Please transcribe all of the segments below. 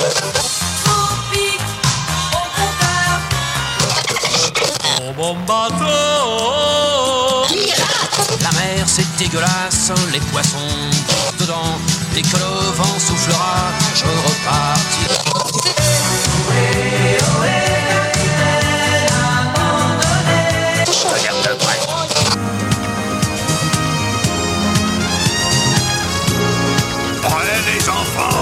Mon bateau. La mer c'est dégueulasse, les poissons dedans. Dès que le vent soufflera, je repartirai. Ohé, ohé, la belle abandonnée. Regarde de près. Prenez les enfants.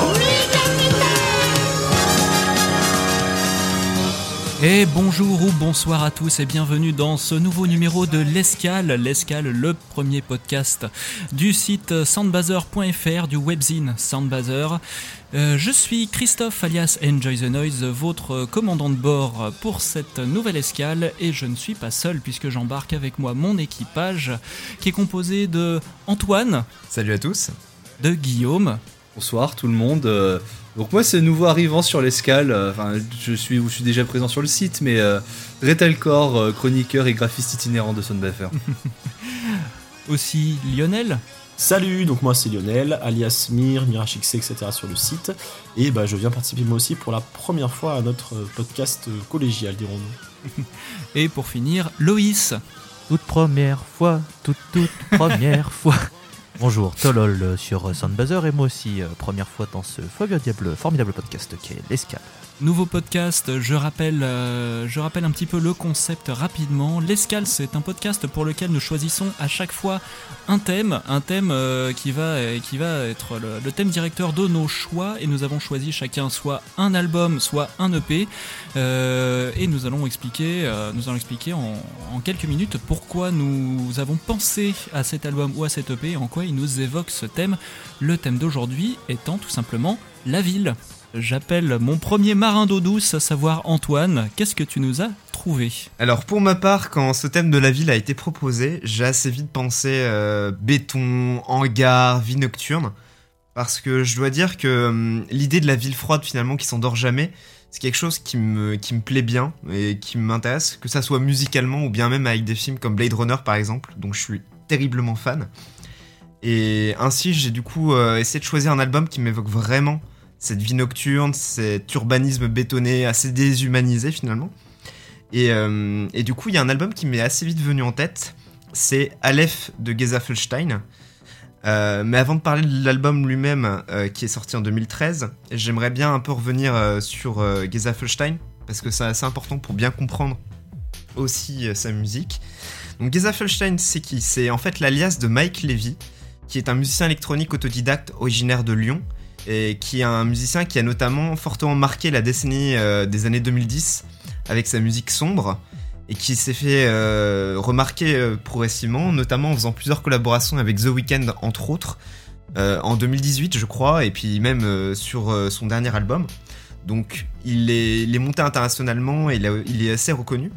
Et bonjour ou bonsoir à tous et bienvenue dans ce nouveau numéro de l'Escale. L'Escale, le premier podcast du site soundbazer.fr, du webzine Soundbazer. Je suis Christophe alias Enjoy the Noise, votre commandant de bord pour cette nouvelle escale, et je ne suis pas seul puisque j'embarque avec moi mon équipage qui est composé de Antoine. Salut à tous. De Guillaume. Bonsoir tout le monde. Donc moi c'est nouveau arrivant sur l'escale. Je suis déjà présent sur le site, mais Retalcore, chroniqueur et graphiste itinérant de Soundbazer. Aussi Lionel. Salut, donc moi c'est Lionel, alias Mirage XC, etc. sur le site. Et je viens participer moi aussi pour la première fois à notre podcast collégial, dirons-nous. Et pour finir, Loïs. Toute première fois. Bonjour, Tolol sur Soundbazer et moi aussi, première fois dans ce formidable podcast qu'est l'Escale. Nouveau podcast, je rappelle un petit peu le concept rapidement. L'Escale, c'est un podcast pour lequel nous choisissons à chaque fois un thème qui va être le thème directeur de nos choix, et nous avons choisi chacun soit un album, soit un EP, et nous allons expliquer en quelques minutes pourquoi nous avons pensé à cet album ou à cet EP et en quoi il nous évoque ce thème. Le thème d'aujourd'hui étant tout simplement la ville. J'appelle mon premier marin d'eau douce, à savoir Antoine. Qu'est-ce que tu nous as trouvé ? Alors pour ma part, quand ce thème de la ville a été proposé, j'ai assez vite pensé béton, hangar, vie nocturne. Parce que je dois dire que l'idée de la ville froide finalement qui s'endort jamais, c'est quelque chose qui me plaît bien et qui m'intéresse, que ça soit musicalement ou bien même avec des films comme Blade Runner par exemple, dont je suis terriblement fan. Et ainsi j'ai du coup essayé de choisir un album qui m'évoque vraiment cette vie nocturne, cet urbanisme bétonné, assez déshumanisé finalement. Et du coup, il y a un album qui m'est assez vite venu en tête, c'est Aleph de Geza Felstein. Mais avant de parler de l'album lui-même, qui est sorti en 2013, j'aimerais bien un peu revenir sur Geza Felstein, parce que c'est assez important pour bien comprendre aussi sa musique. Donc Geza Felstein, c'est qui ? C'est en fait l'alias de Mike Levy, qui est un musicien électronique autodidacte originaire de Lyon, et qui est un musicien qui a notamment fortement marqué la décennie des années 2010 avec sa musique sombre, et qui s'est fait remarquer progressivement, notamment en faisant plusieurs collaborations avec The Weeknd entre autres, en 2018 je crois, et puis même sur son dernier album. Donc il est monté internationalement et il est assez reconnu.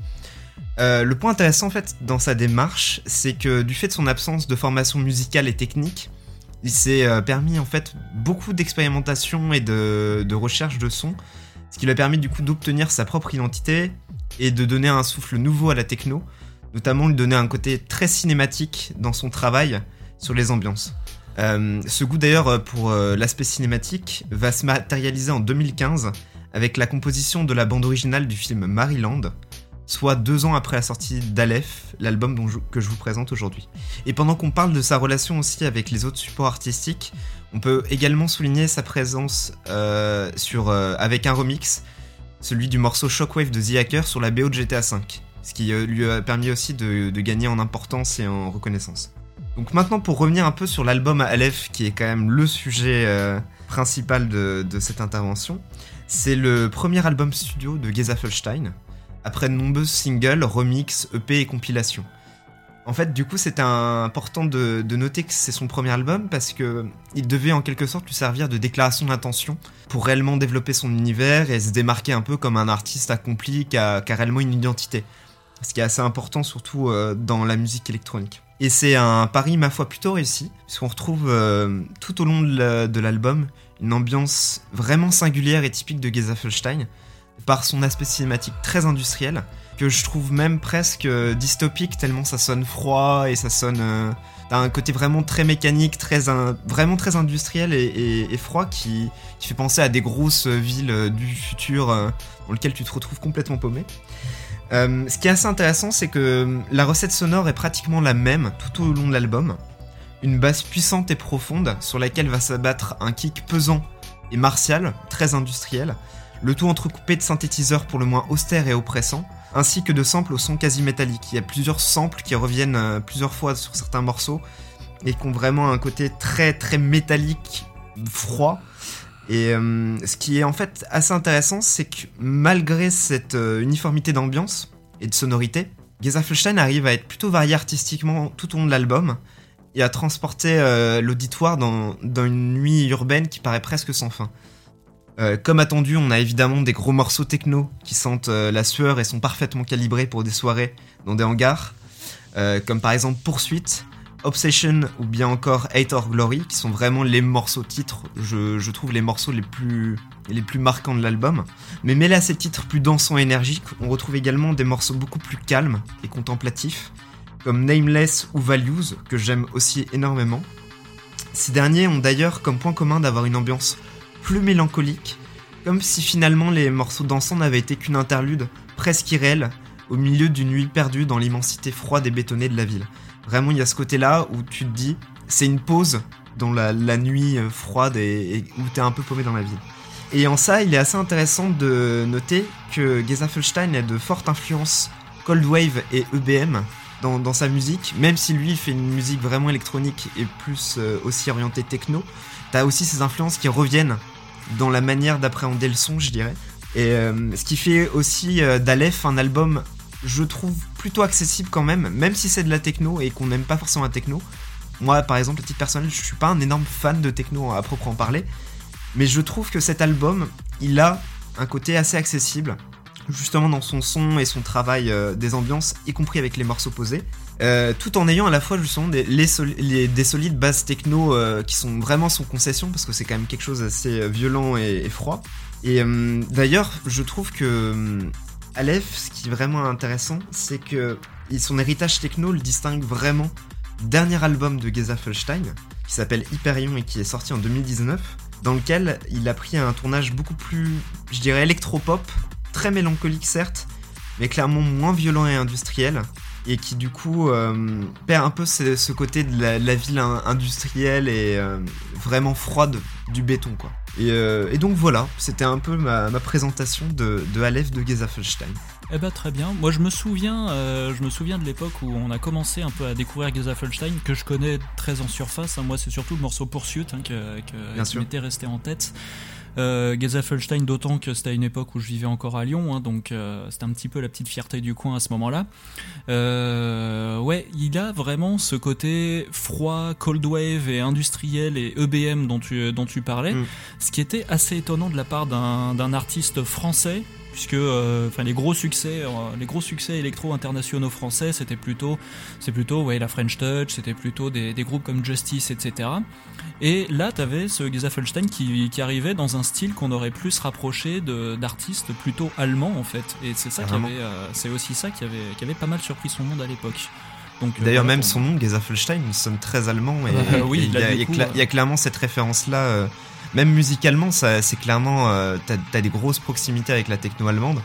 Le point intéressant en fait dans sa démarche, c'est que du fait de son absence de formation musicale et technique, il s'est permis en fait beaucoup d'expérimentation et de recherche de sons, ce qui lui a permis du coup d'obtenir sa propre identité et de donner un souffle nouveau à la techno, notamment lui donner un côté très cinématique dans son travail sur les ambiances. Ce goût d'ailleurs pour l'aspect cinématique va se matérialiser en 2015 avec la composition de la bande originale du film Maryland, soit 2 ans après la sortie d'Aleph, l'album que je vous présente aujourd'hui. Et pendant qu'on parle de sa relation aussi avec les autres supports artistiques, on peut également souligner sa présence avec un remix, celui du morceau Shockwave de The Hacker sur la BO de GTA V, ce qui lui a permis aussi de gagner en importance et en reconnaissance. Donc maintenant, pour revenir un peu sur l'album Aleph, qui est quand même le sujet principal de cette intervention, c'est le premier album studio de Geza Felstein, après de nombreux singles, remixes, EP et compilations. En fait, du coup, c'était important de noter que c'est son premier album parce que il devait en quelque sorte lui servir de déclaration d'intention pour réellement développer son univers et se démarquer un peu comme un artiste accompli qui a réellement une identité. Ce qui est assez important, surtout dans la musique électronique. Et c'est un pari, ma foi, plutôt réussi, puisqu'on retrouve tout au long de l'album une ambiance vraiment singulière et typique de Geza Felstein, par son aspect cinématique très industriel, que je trouve même presque dystopique, tellement ça sonne froid et ça sonne... T'as un côté vraiment très mécanique, vraiment très industriel et froid qui fait penser à des grosses villes du futur dans lesquelles tu te retrouves complètement paumé. Ce qui est assez intéressant, c'est que la recette sonore est pratiquement la même tout au long de l'album. Une basse puissante et profonde sur laquelle va s'abattre un kick pesant et martial, très industriel, le tout entrecoupé de synthétiseurs pour le moins austères et oppressants, ainsi que de samples au son quasi métallique. Il y a plusieurs samples qui reviennent plusieurs fois sur certains morceaux et qui ont vraiment un côté très très métallique, froid. Et ce qui est en fait assez intéressant, c'est que malgré cette uniformité d'ambiance et de sonorité, Gesaffelstein arrive à être plutôt varié artistiquement tout au long de l'album et à transporter l'auditoire dans une nuit urbaine qui paraît presque sans fin. Comme attendu, on a évidemment des gros morceaux techno qui sentent la sueur et sont parfaitement calibrés pour des soirées dans des hangars, comme par exemple Poursuite, Obsession ou bien encore Hate or Glory, qui sont vraiment les morceaux titres, je trouve les morceaux les plus marquants de l'album. Mais mêlés à ces titres plus dansants et énergiques, on retrouve également des morceaux beaucoup plus calmes et contemplatifs, comme Nameless ou Values, que j'aime aussi énormément. Ces derniers ont d'ailleurs comme point commun d'avoir une ambiance plus mélancolique, comme si finalement les morceaux dansants n'avaient été qu'une interlude presque irréelle au milieu d'une nuit perdue dans l'immensité froide et bétonnée de la ville. Vraiment, il y a ce côté-là où tu te dis, c'est une pause dans la nuit froide et où t'es un peu paumé dans la ville. Et en ça, il est assez intéressant de noter que Gesaffelstein a de fortes influences Cold Wave et EBM dans sa musique, même si lui il fait une musique vraiment électronique et plus aussi orientée techno. T'as aussi ces influences qui reviennent dans la manière d'appréhender le son, je dirais. Et ce qui fait aussi d'Aleph un album, je trouve, plutôt accessible quand même si c'est de la techno et qu'on n'aime pas forcément la techno. Moi, par exemple, à titre personnel, je suis pas un énorme fan de techno à proprement parler, mais je trouve que cet album, il a un côté assez accessible, justement dans son son et son travail des ambiances, y compris avec les morceaux posés. Tout en ayant à la fois justement des solides bases techno qui sont vraiment sans concession, parce que c'est quand même quelque chose d'assez violent et froid. Et d'ailleurs, je trouve que Aleph, ce qui est vraiment intéressant, c'est que son héritage techno le distingue vraiment du dernier album de Gesaffelstein, qui s'appelle Hyperion et qui est sorti en 2019, dans lequel il a pris un tournage beaucoup plus, je dirais, électropop, très mélancolique certes, mais clairement moins violent et industriel, et qui du coup perd un peu ce côté de la ville industrielle et vraiment froide du béton, quoi. Et donc voilà, c'était un peu ma présentation de Aleph de Gesaffelstein. Eh ben très bien. Moi je me souviens de l'époque où on a commencé un peu à découvrir Gesaffelstein, que je connais très en surface. Moi c'est surtout le morceau Poursuite qui m'était resté en tête. Gesaffelstein, d'autant que c'était à une époque où je vivais encore à Lyon, donc c'était un petit peu la petite fierté du coin à ce moment-là. Ouais, il a vraiment ce côté froid, cold wave et industriel et EBM dont tu parlais, ce qui était assez étonnant de la part d'un artiste français, puisque les gros succès électro internationaux français, c'est plutôt ouais, la French Touch, c'était plutôt des groupes comme Justice, etc. Et là, t'avais ce Gesaffelstein qui arrivait dans un style qu'on aurait plus rapproché d'artistes plutôt allemands en fait. Et c'est ça c'est aussi ça qui avait pas mal surpris son monde à l'époque. Donc, d'ailleurs, même son nom, Gesaffelstein, sonne très allemand. Et oui, il y a clairement cette référence-là. Même musicalement, c'est clairement, t'as des grosses proximités avec la techno allemande.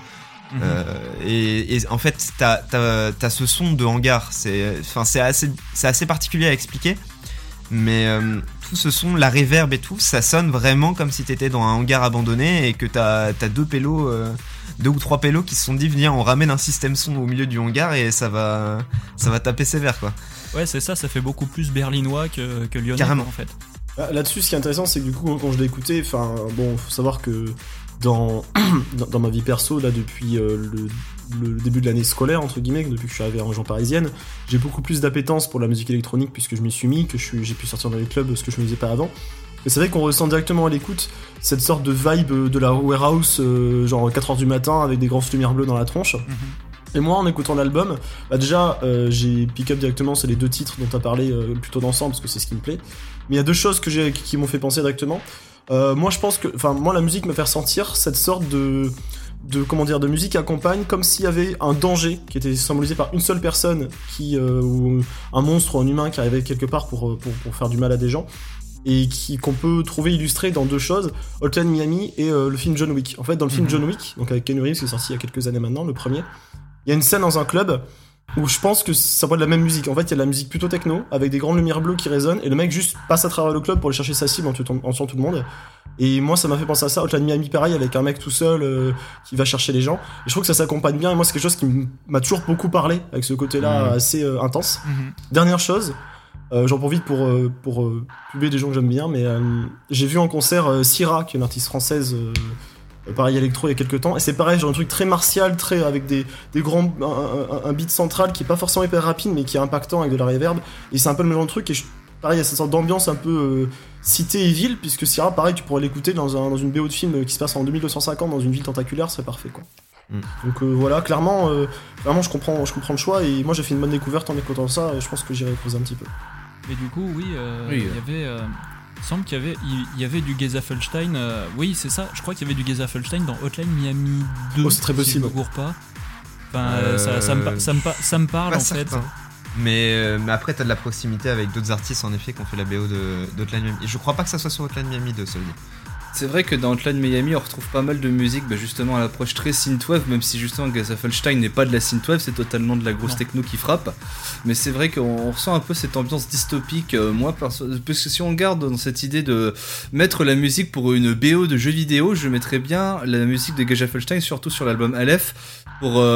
Et en fait, t'as ce son de hangar. C'est assez particulier à expliquer. Mais tout ce son, la reverb et tout, ça sonne vraiment comme si t'étais dans un hangar abandonné et que t'as deux ou trois pélos qui se sont dit viens, on ramène un système son au milieu du hangar et ça va taper sévère, quoi. Ouais, c'est ça fait beaucoup plus berlinois que lyonnais. Carrément. En fait. Là-dessus, ce qui est intéressant, c'est que du coup, quand je l'ai écouté, faut savoir que dans ma vie perso, là, depuis le début de l'année scolaire, entre guillemets, depuis que je suis arrivé en région parisienne, j'ai beaucoup plus d'appétence pour la musique électronique puisque je m'y suis mis, que j'ai pu sortir dans les clubs, ce que je ne faisais pas avant. Et c'est vrai qu'on ressent directement à l'écoute cette sorte de vibe de la warehouse, genre 4h du matin avec des grosses lumières bleues dans la tronche. Et moi, en écoutant l'album, déjà, j'ai pick up directement, c'est les deux titres dont tu as parlé plutôt dansant, parce que c'est ce qui me plaît. Mais il y a deux choses qui m'ont fait penser directement. Moi, je pense que, la musique me fait ressentir cette sorte de de musique qui accompagne, comme s'il y avait un danger qui était symbolisé par une seule personne, ou un monstre ou un humain qui arrivait quelque part pour faire du mal à des gens, et qu'on peut trouver illustré dans deux choses, Hotline Miami et le film John Wick. En fait, dans le film John Wick, donc avec Keanu Reeves, qui est sorti il y a quelques années maintenant, le premier, il y a une scène dans un club où je pense que ça voit de la même musique. En fait, il y a de la musique plutôt techno, avec des grandes lumières bleues qui résonnent, et le mec juste passe à travers le club pour aller chercher sa cible en tuant tout le monde. Et moi, ça m'a fait penser à ça. Hotline Miami, pareil, avec un mec tout seul qui va chercher les gens. Et je trouve que ça s'accompagne bien, et moi, c'est quelque chose qui m'a toujours beaucoup parlé, avec ce côté-là assez intense. Dernière chose, j'en profite pour publier des gens que j'aime bien, mais j'ai vu en concert Syrah, qui est une artiste française, pareil électro il y a quelques temps, et c'est pareil, genre un truc très martial, très avec des grands, un beat central qui est pas forcément hyper rapide, mais qui est impactant avec de la reverb, et c'est un peu le même genre de truc, et pareil, il y a cette sorte d'ambiance un peu cité et ville, puisque Syrah, pareil, tu pourrais l'écouter dans une BO de film qui se passe en 2250 dans une ville tentaculaire, c'est parfait, quoi. Donc voilà, clairement je comprends le choix, et moi j'ai fait une bonne découverte en écoutant ça, et je pense que j'irai creuser un petit peu. Mais du coup, il y avait... il semble qu'il y avait du Gesaffelstein. Oui, c'est ça. Je crois qu'il y avait du Gesaffelstein dans Hotline Miami 2. Oh, c'est très possible. Si je me gourre pas. Enfin, ça me parle pas en certain. fait. Mais après, t'as de la proximité avec d'autres artistes en effet qui ont fait la BO d'Hotline Miami. Et je crois pas que ça soit sur Hotline Miami 2, cela dit. C'est vrai que dans Hotline Miami, on retrouve pas mal de musique, justement à l'approche très synthwave, même si justement Gesaffelstein n'est pas de la synthwave, c'est totalement de la grosse techno qui frappe. Mais c'est vrai qu'on ressent un peu cette ambiance dystopique, parce que si on garde dans cette idée de mettre la musique pour une BO de jeu vidéo, je mettrais bien la musique de Gesaffelstein, surtout sur l'album Aleph,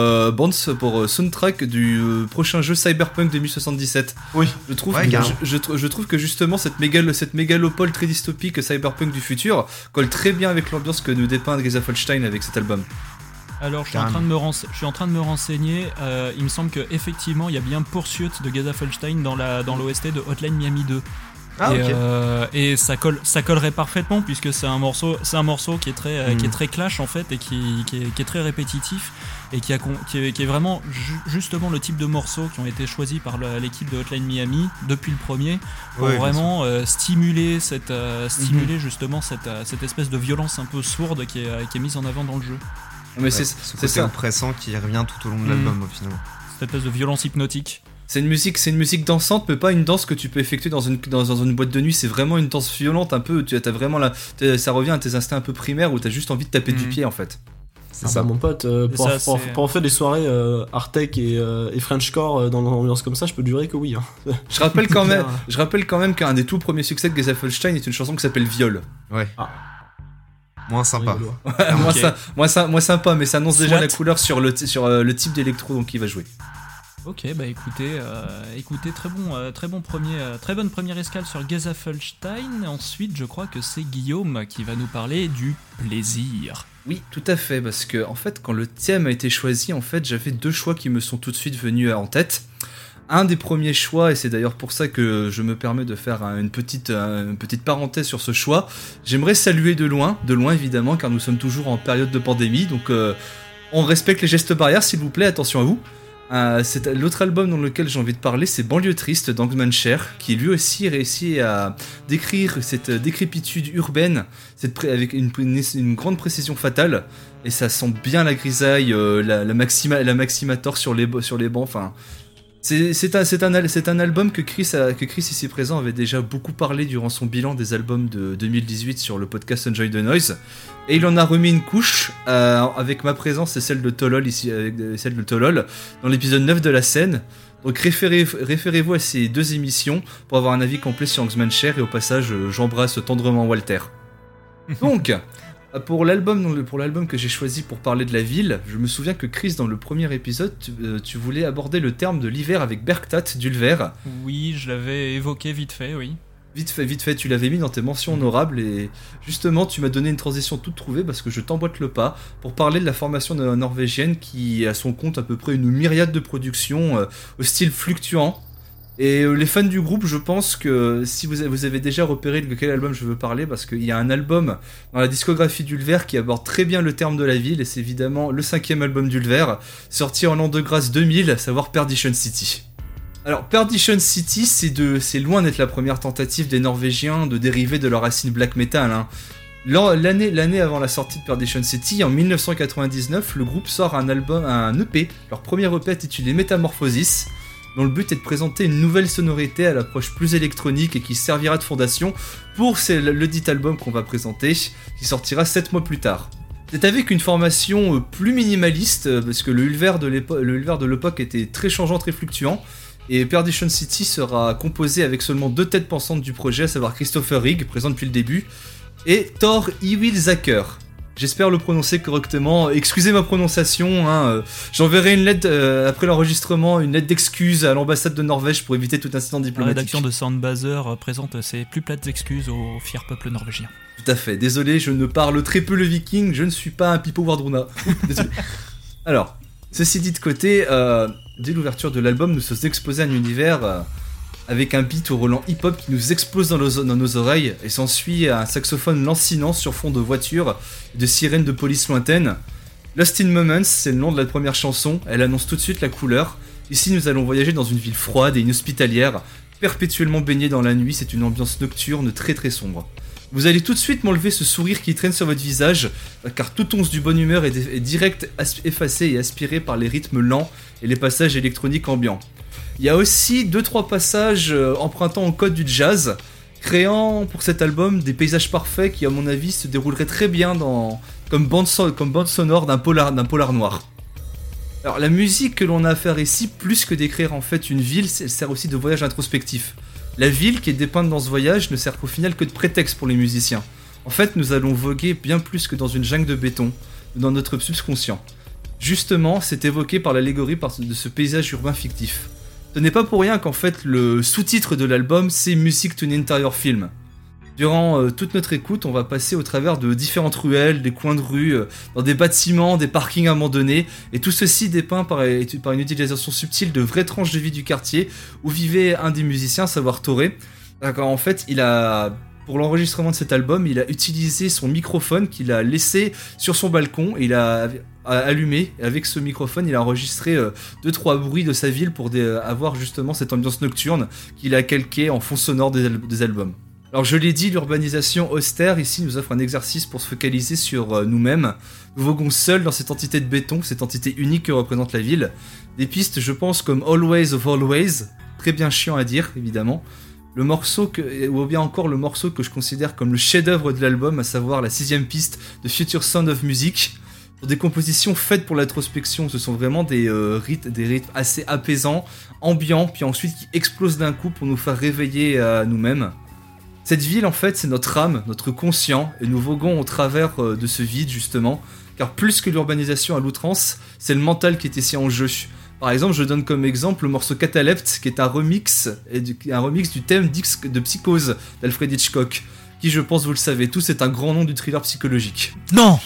pour soundtrack du prochain jeu Cyberpunk 2077. Oui. Je trouve que justement cette mégalopole très dystopique Cyberpunk du futur colle très bien avec l'ambiance que nous dépeint Gesaffelstein avec cet album. Alors je suis en train de me renseigner, il me semble qu'effectivement il y a bien Pursuit de Gesaffelstein dans l'OST de Hotline Miami 2. Ah, et, ok. Et ça collerait parfaitement, puisque c'est un morceau qui est très clash en fait, et qui est très répétitif, et qui est vraiment justement le type de morceaux qui ont été choisis par l'équipe de Hotline Miami depuis le premier pour vraiment stimuler justement cette espèce de violence un peu sourde qui est mise en avant dans le jeu. Mais c'est côté oppressant qui revient tout au long de l'album finalement. Cette espèce de violence hypnotique. C'est une musique dansante, mais pas une danse que tu peux effectuer dans une boîte de nuit. C'est vraiment une danse violente, un peu. T'as vraiment ça revient à tes instincts un peu primaires où t'as juste envie de taper du pied en fait. C'est ça, mon pote. Pour en faire des soirées Artec et Frenchcore dans l'ambiance comme ça, je peux durer que oui. Hein. Je rappelle quand même qu'un des tout premiers succès de Gesaffelstein est une chanson qui s'appelle Viol. Ouais. Moins sympa. Moins sympa, mais ça annonce déjà la couleur sur le type d'électro donc il va jouer. Ok, bah écoutez, très bonne première escale sur Gesaffelstein. Ensuite, je crois que c'est Guillaume qui va nous parler du plaisir. Oui, tout à fait, parce que en fait, quand le thème a été choisi, en fait, j'avais deux choix qui me sont tout de suite venus en tête. Un des premiers choix, et c'est d'ailleurs pour ça que je me permets de faire une petite parenthèse sur ce choix, j'aimerais saluer de loin évidemment, car nous sommes toujours en période de pandémie, donc on respecte les gestes barrières, s'il vous plaît, attention à vous. L'autre album dans lequel j'ai envie de parler, c'est Banlieue Triste d'Angman Cher, qui lui aussi réussit à décrire cette décrépitude urbaine avec une grande précision fatale, et ça sent bien la grisaille, la Maximator sur les bancs, enfin... C'est un album que Chris ici présent avait déjà beaucoup parlé durant son bilan des albums de 2018 sur le podcast Enjoy the Noise, et il en a remis une couche avec ma présence et celle de Tolol ici, avec celle de Tolol dans l'épisode 9 de la scène. Donc référez-vous à ces deux émissions pour avoir un avis complet sur Angman Cher, et au passage j'embrasse tendrement Walter. Donc pour l'album que j'ai choisi pour parler de la ville, je me souviens que Chris, dans le premier épisode, tu voulais aborder le terme de l'hiver avec Bergtat d'Ulver. Oui, je l'avais évoqué vite fait, oui. Vite fait, tu l'avais mis dans tes mentions honorables, et justement tu m'as donné une transition toute trouvée parce que je t'emboîte le pas pour parler de la formation norvégienne qui a à son compte à peu près une myriade de productions au style fluctuant. Et les fans du groupe, je pense que si vous avez déjà repéré de quel album je veux parler, parce qu'il y a un album dans la discographie d'Ulver qui aborde très bien le terme de la ville, et c'est évidemment le 5e album d'Ulver, sorti en l'an de grâce 2000, à savoir Perdition City. Alors Perdition City, c'est loin d'être la première tentative des Norvégiens de dériver de leur racine black metal, hein. L'année avant la sortie de Perdition City, en 1999, le groupe sort un EP, leur premier EP intitulé Metamorphosis, dont le but est de présenter une nouvelle sonorité à l'approche plus électronique et qui servira de fondation pour le dit album qu'on va présenter, qui sortira 7 mois plus tard. C'est avec une formation plus minimaliste, parce que le Ulver de l'époque était très changeant, très fluctuant, et Perdition City sera composé avec seulement 2 têtes pensantes du projet, à savoir Christopher Rigg, présent depuis le début, et Thor Ewil-Zaker. J'espère le prononcer correctement. Excusez ma prononciation. J'enverrai une lettre après l'enregistrement, une lettre d'excuse à l'ambassade de Norvège pour éviter tout incident La diplomatique. rédaction de Soundbazer présente ses plus plates excuses au fier peuple norvégien. Tout à fait. Désolé, je ne parle très peu le viking. Je ne suis pas un Pipo Wardruna. Désolé. Alors, ceci dit de côté, dès l'ouverture de l'album, nous sommes exposés à un univers avec un beat au relent hip-hop qui nous explose dans nos oreilles, et s'ensuit un saxophone lancinant sur fond de voitures et de sirènes de police lointaines. Lost in Moments, c'est le nom de la première chanson, elle annonce tout de suite la couleur. Ici, nous allons voyager dans une ville froide et inhospitalière, perpétuellement baignée dans la nuit, c'est une ambiance nocturne très très sombre. Vous allez tout de suite m'enlever ce sourire qui traîne sur votre visage, car toute once du bonne humeur est direct effacée et aspirée par les rythmes lents et les passages électroniques ambiants. Il y a aussi 2-3 passages empruntant au code du jazz, créant pour cet album des paysages parfaits qui, à mon avis, se dérouleraient très bien comme bande sonore d'un polar noir. Alors, la musique que l'on a à faire ici, plus que d'écrire en fait une ville, elle sert aussi de voyage introspectif. La ville qui est dépeinte dans ce voyage ne sert au final que de prétexte pour les musiciens. En fait, nous allons voguer bien plus que dans une jungle de béton, dans notre subconscient. Justement, c'est évoqué par l'allégorie de ce paysage urbain fictif. Ce n'est pas pour rien qu'en fait le sous-titre de l'album c'est Music to an Interior Film. Durant toute notre écoute, on va passer au travers de différentes ruelles, des coins de rue, dans des bâtiments, des parkings abandonnés, et tout ceci dépeint par une utilisation subtile de vraies tranches de vie du quartier où vivait un des musiciens, à savoir Toré. En fait, pour l'enregistrement de cet album, il a utilisé son microphone qu'il a laissé sur son balcon, et il a allumé, et avec ce microphone, il a enregistré 2-3 bruits de sa ville pour avoir justement cette ambiance nocturne qu'il a calquée en fond sonore des albums. Alors je l'ai dit, l'urbanisation austère ici nous offre un exercice pour se focaliser sur nous-mêmes. Nous voguons seuls dans cette entité de béton, cette entité unique que représente la ville. Des pistes, je pense, comme Always of Always, très bien chiant à dire, évidemment. Ou bien encore le morceau que je considère comme le chef-d'œuvre de l'album, à savoir la 6ème piste de Future Sound of Music. Pour des compositions faites pour l'introspection, ce sont vraiment des rythmes assez apaisants, ambiants, puis ensuite qui explosent d'un coup pour nous faire réveiller à nous-mêmes. Cette ville, en fait, c'est notre âme, notre conscient, et nous voguons au travers de ce vide, justement, car plus que l'urbanisation à l'outrance, c'est le mental qui est ici en jeu. Par exemple, je donne comme exemple le morceau Catalepte, qui est un remix du thème de Psychose d'Alfred Hitchcock, qui, je pense, vous le savez tous, est un grand nom du thriller psychologique. Non.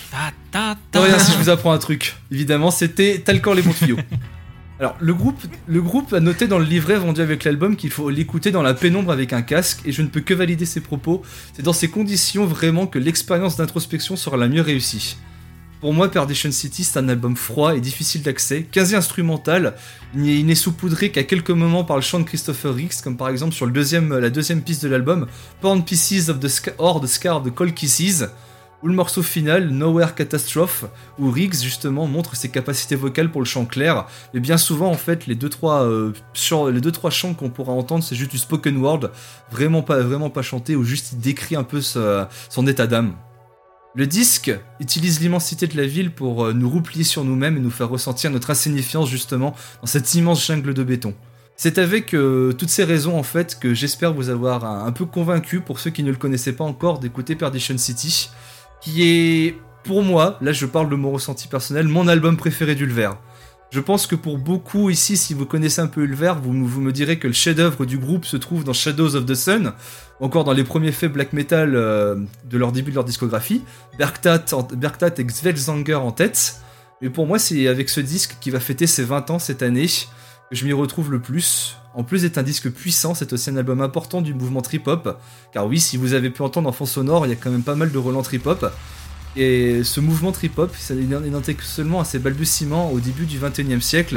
Rien si je vous apprends un truc. Évidemment, c'était T'as le corps les bons tuyaux. Alors, le groupe a noté dans le livret vendu avec l'album qu'il faut l'écouter dans la pénombre avec un casque, et je ne peux que valider ses propos. C'est dans ces conditions vraiment que l'expérience d'introspection sera la mieux réussie. Pour moi, Perdition City, c'est un album froid et difficile d'accès, quasi instrumental. Il n'est saupoudré qu'à quelques moments par le chant de Christopher Rigg, comme par exemple sur la deuxième piste de l'album, Porn Pieces of the Scar of the Cold Kisses, ou le morceau final, Nowhere Catastrophe, où Riggs justement montre ses capacités vocales pour le chant clair, mais bien souvent en fait les 2-3 chants qu'on pourra entendre c'est juste du spoken word, vraiment pas chanté, ou juste il décrit un peu son état d'âme. Le disque utilise l'immensité de la ville pour nous replier sur nous-mêmes et nous faire ressentir notre insignifiance justement dans cette immense jungle de béton. C'est avec toutes ces raisons en fait que j'espère vous avoir un peu convaincu, pour ceux qui ne le connaissaient pas encore, d'écouter Perdition City, qui est, pour moi, là je parle de mon ressenti personnel, mon album préféré d'Ulver. Je pense que pour beaucoup ici, si vous connaissez un peu Ulver, vous me direz que le chef-d'œuvre du groupe se trouve dans Shadows of the Sun, ou encore dans les premiers faits black metal de leur début de leur discographie, Bergtat et Xvelzanger en tête. Mais pour moi, c'est avec ce disque qui va fêter ses 20 ans cette année que je m'y retrouve le plus. En plus d'être un disque puissant, c'est aussi un album important du mouvement trip-hop, car oui, si vous avez pu entendre en fond sonore, il y a quand même pas mal de relents trip-hop. Et ce mouvement trip-hop, ça n'est seulement à ses balbutiements au début du XXIe siècle,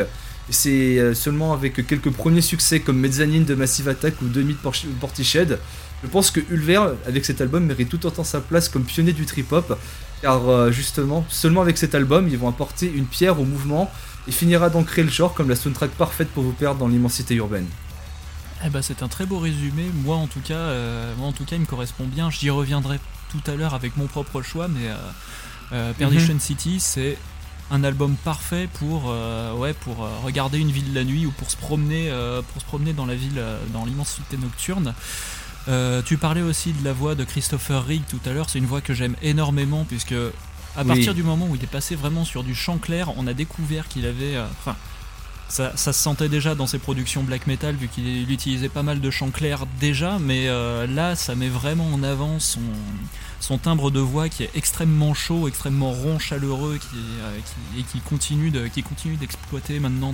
Et c'est seulement avec quelques premiers succès comme Mezzanine de Massive Attack ou Demi de Portiched, je pense que Ulver, avec cet album, mérite tout autant sa place comme pionnier du trip-hop, car justement, seulement avec cet album, ils vont apporter une pierre au mouvement et finira d'ancrer le genre comme la soundtrack parfaite pour vous perdre dans l'immensité urbaine. Eh ben, c'est un très beau résumé. Moi en tout cas, il me correspond bien. J'y reviendrai tout à l'heure avec mon propre choix, mais Perdition City, c'est un album parfait pour regarder une ville la nuit ou pour se promener dans la ville, dans l'immensité nocturne. Tu parlais aussi de la voix de Christopher Rigg tout à l'heure. C'est une voix que j'aime énormément puisque à partir du moment où il est passé vraiment sur du chant clair, on a découvert qu'il avait, ça se sentait déjà dans ses productions black metal vu qu'il utilisait pas mal de chants clairs déjà, mais là ça met vraiment en avant son timbre de voix qui est extrêmement chaud, extrêmement rond, chaleureux, qui continue d'exploiter maintenant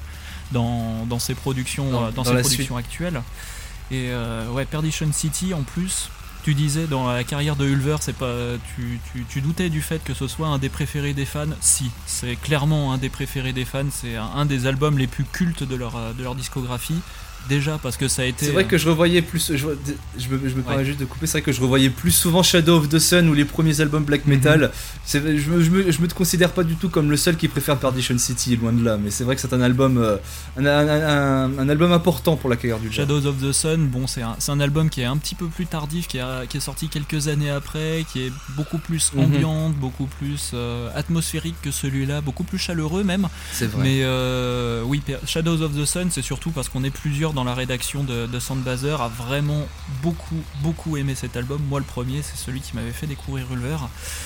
dans ses productions, productions actuelles. Et Perdition City en plus. Tu disais dans la carrière de Ulver, c'est pas, tu doutais du fait que ce soit un des préférés des fans. Si, c'est clairement un des préférés des fans. C'est un des albums les plus cultes de leur discographie. Déjà parce que ça a été. C'est vrai que je revoyais plus. Je me permets juste de couper. C'est vrai que je revoyais plus souvent Shadow of the Sun ou les premiers albums black metal. Je me considère pas du tout comme le seul qui préfère Perdition City, loin de là. Mais c'est vrai que c'est un album, un album important pour la carrière du genre. Shadows of the Sun, bon, c'est un album qui est un petit peu plus tardif, qui est sorti quelques années après, qui est beaucoup plus ambiante, beaucoup plus atmosphérique que celui-là, beaucoup plus chaleureux même. C'est vrai. Mais Shadows of the Sun, c'est surtout parce qu'on est plusieurs dans la rédaction de Soundbazer a vraiment beaucoup aimé cet album. Moi le premier, c'est celui qui m'avait fait découvrir Ulver,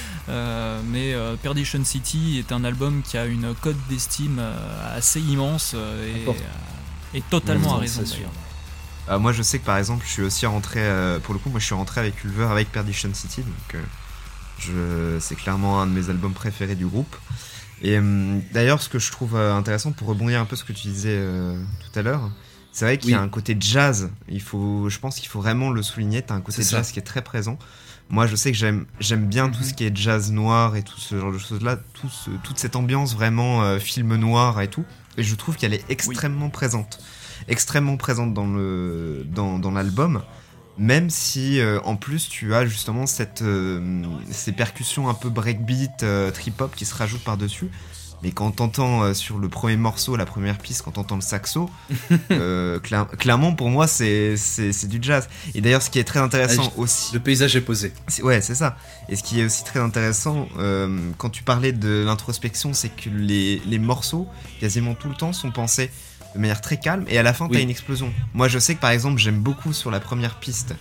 mais Perdition City est un album qui a une cote d'estime assez immense et totalement à raison d'ailleurs. Moi je sais que par exemple je suis aussi rentré je suis rentré avec Ulver avec Perdition City, donc c'est clairement un de mes albums préférés du groupe. Et d'ailleurs ce que je trouve intéressant pour rebondir un peu ce que tu disais tout à l'heure, c'est vrai qu'il y a un côté jazz, je pense qu'il faut vraiment le souligner, t'as un côté jazz qui est très présent. Moi je sais que j'aime bien tout ce qui est jazz noir et tout ce genre de choses là, toute cette ambiance vraiment film noir et tout, et je trouve qu'elle est extrêmement présente dans l'album, même si en plus tu as justement ces percussions un peu breakbeat, trip-hop qui se rajoutent par-dessus. Mais quand t'entends sur le premier morceau, la première piste, quand t'entends le saxo, clairement pour moi c'est du jazz. Et d'ailleurs ce qui est très intéressant aussi... Le paysage est posé. C'est ça. Et ce qui est aussi très intéressant, quand tu parlais de l'introspection, c'est que les morceaux, quasiment tout le temps, sont pensés de manière très calme, et à la fin t'as une explosion. Moi je sais que par exemple j'aime beaucoup sur la première piste,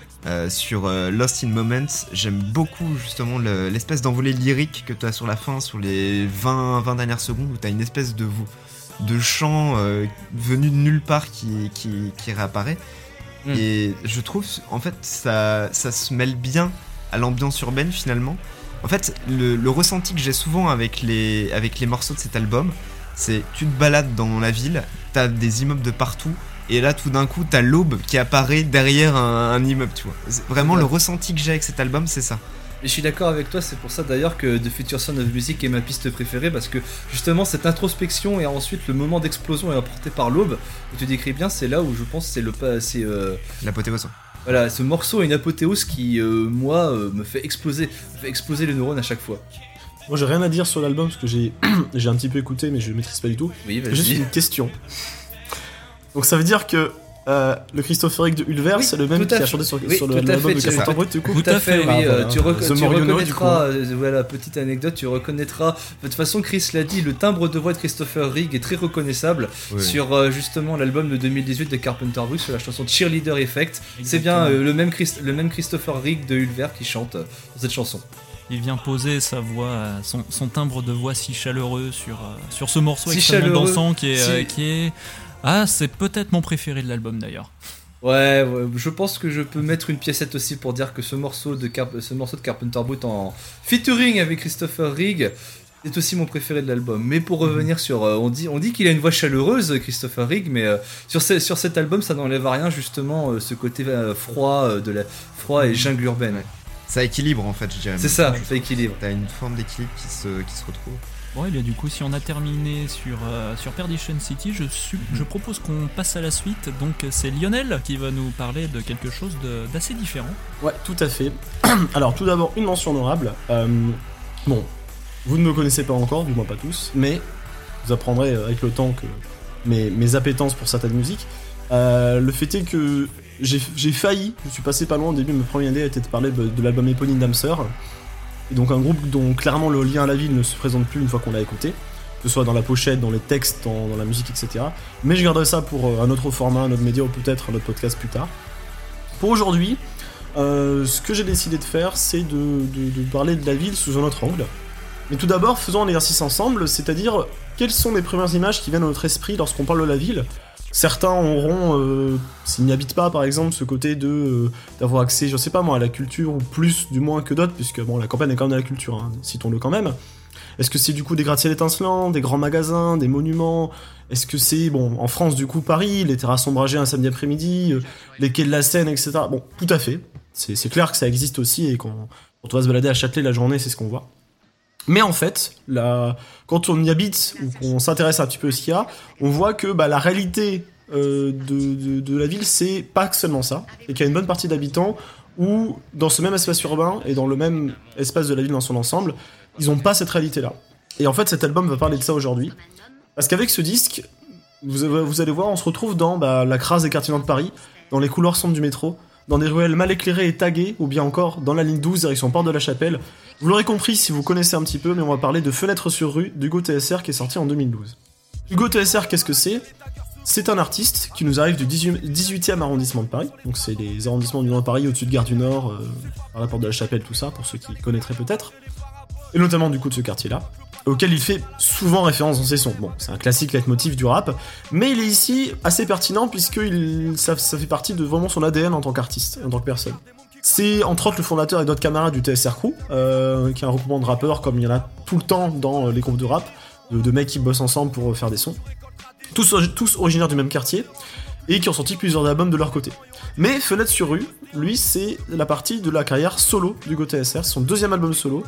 sur Lost in Moments, j'aime beaucoup justement l'espèce d'envolée lyrique que tu as sur la fin, sur les 20 dernières secondes, où tu as une espèce de chant venu de nulle part qui réapparaît. Et je trouve en fait ça se mêle bien à l'ambiance urbaine finalement. En fait le ressenti que j'ai souvent avec les morceaux de cet album, c'est tu te balades dans la ville, t'as des immeubles de partout, et là tout d'un coup t'as l'aube qui apparaît derrière un immeuble, tu vois. C'est vraiment le ressenti que j'ai avec cet album, c'est ça. Et je suis d'accord avec toi, c'est pour ça d'ailleurs que The Future Sound of Music est ma piste préférée, parce que justement cette introspection et ensuite le moment d'explosion est apporté par l'aube, et tu décris bien, c'est là où je pense c'est l'apothéose. Voilà, ce morceau est une apothéose qui me fait exploser les neurones à chaque fois. Moi j'ai rien à dire sur l'album parce que j'ai un petit peu écouté mais je maîtrise pas du tout. Oui, vas-y. Juste une question. Donc ça veut dire que le Christopher Rigg de Ulver, c'est le même qui a chanté sur l'album de Carpenter Brut, du coup. Tout à fait, oui. Voilà. Tu reconnaîtras, voilà, petite anecdote, tu reconnaîtras. De toute façon, Chris l'a dit, le timbre de voix de Christopher Rigg est très reconnaissable sur justement l'album de 2018 de Carpenter Brut, sur la chanson Cheerleader Effect. Exactement. C'est bien le même Christopher Rigg de Ulver qui chante cette chanson. Il vient poser sa voix, son timbre de voix si chaleureux sur ce morceau extrêmement dansant qui est... Ah, c'est peut-être mon préféré de l'album d'ailleurs. Ouais, je pense que je peux mettre une piécette aussi pour dire que ce morceau de Carpenter Brut en featuring avec Christopher Rigg est aussi mon préféré de l'album. Mais pour revenir sur... on dit qu'il a une voix chaleureuse, Christopher Rigg, mais sur cet album, ça n'enlève à rien justement ce côté froid et jungle urbaine. Ça équilibre en fait, je dirais. C'est ça, ça équilibre. T'as une forme d'équilibre qui se retrouve. Bon, et bien du coup, si on a terminé sur Perdition City, je propose qu'on passe à la suite. Donc, c'est Lionel qui va nous parler de quelque chose d'assez différent. Ouais, tout à fait. Alors, tout d'abord, une mention honorable. Bon, vous ne me connaissez pas encore, du moins pas tous, mais vous apprendrez avec le temps que mes appétences pour certaines musiques. Le fait est que j'ai failli, je suis passé pas loin au début, ma première idée était de parler de l'album éponyme d'Amser. Et donc un groupe dont clairement le lien à la ville ne se présente plus une fois qu'on l'a écouté, que ce soit dans la pochette, dans les textes, dans la musique, etc. Mais je garderai ça pour un autre format, un autre média ou peut-être un autre podcast plus tard. Pour aujourd'hui, ce que j'ai décidé de faire, c'est de parler de la ville sous un autre angle. Mais tout d'abord, faisons un exercice ensemble, c'est-à-dire quelles sont les premières images qui viennent à notre esprit lorsqu'on parle de la ville. Certains auront, s'ils n'y habitent pas par exemple, ce côté d'avoir accès, je sais pas moi, à la culture, ou plus du moins que d'autres, puisque bon, la campagne est quand même de la culture, hein, citons-le quand même. Est-ce que c'est du coup des gratte-ciels étincelants, des grands magasins, des monuments? Est-ce que c'est, bon, en France du coup Paris, les terrasses ombragées un samedi après-midi, les quais de la Seine, etc. Bon, tout à fait, c'est clair que ça existe aussi, et quand on va se balader à Châtelet la journée, c'est ce qu'on voit. Mais en fait, quand on y habite ou qu'on s'intéresse un petit peu à ce qu'il y a, on voit que la réalité de la ville, c'est pas que seulement ça, et qu'il y a une bonne partie d'habitants où, dans ce même espace urbain et dans le même espace de la ville dans son ensemble, ils ont pas cette réalité-là. Et en fait, cet album va parler de ça aujourd'hui, parce qu'avec ce disque, vous allez voir, on se retrouve dans la crasse des quartiers de Paris, dans les couloirs sombres du métro, dans des ruelles mal éclairées et taguées, ou bien encore dans la ligne 12 direction Porte de la Chapelle. Vous l'aurez compris si vous connaissez un petit peu, mais on va parler de Fenêtre sur rue d'Hugo TSR qui est sorti en 2012. Hugo TSR, qu'est-ce que c'est ? C'est un artiste qui nous arrive du 18e arrondissement de Paris, donc c'est les arrondissements du Nord de Paris au-dessus de Gare du Nord, par la Porte de la Chapelle, tout ça, pour ceux qui connaîtraient peut-être, et notamment du coup de ce quartier-là, auquel il fait souvent référence dans ses sons. Bon, c'est un classique leitmotiv du rap, mais il est ici assez pertinent puisque ça fait partie de vraiment son ADN en tant qu'artiste, en tant que personne. C'est entre autres le fondateur et d'autres camarades du TSR Crew, qui est un regroupement de rappeurs comme il y en a tout le temps dans les groupes de rap, de mecs qui bossent ensemble pour faire des sons. Tous originaires du même quartier, et qui ont sorti plusieurs albums de leur côté. Mais Fenêtre sur rue, lui, c'est la partie de la carrière solo d'Hugo TSR, son deuxième album solo,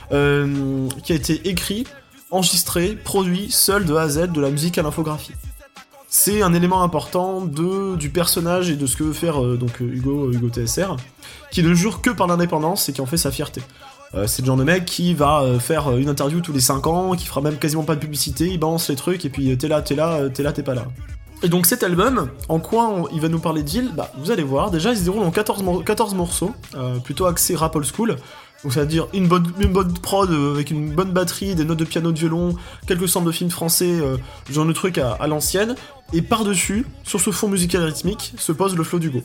qui a été écrit, enregistré, produit, seul de A à Z, de la musique à l'infographie. C'est un élément important du personnage et de ce que veut faire Hugo TSR, qui ne jure que par l'indépendance et qui en fait sa fierté. C'est le genre de mec qui va faire une interview tous les 5 ans, qui fera même quasiment pas de publicité, il balance les trucs et puis t'es là, t'es pas là. Et donc cet album, en quoi il va nous parler de ville ? Vous allez voir, déjà il se déroule en 14 morceaux, plutôt axé rap old school, donc ça veut dire une bonne prod avec une bonne batterie, des notes de piano, de violon, quelques samples de films français, genre de trucs à l'ancienne, et par-dessus, sur ce fond musical et rythmique, se pose le flow d'Hugo.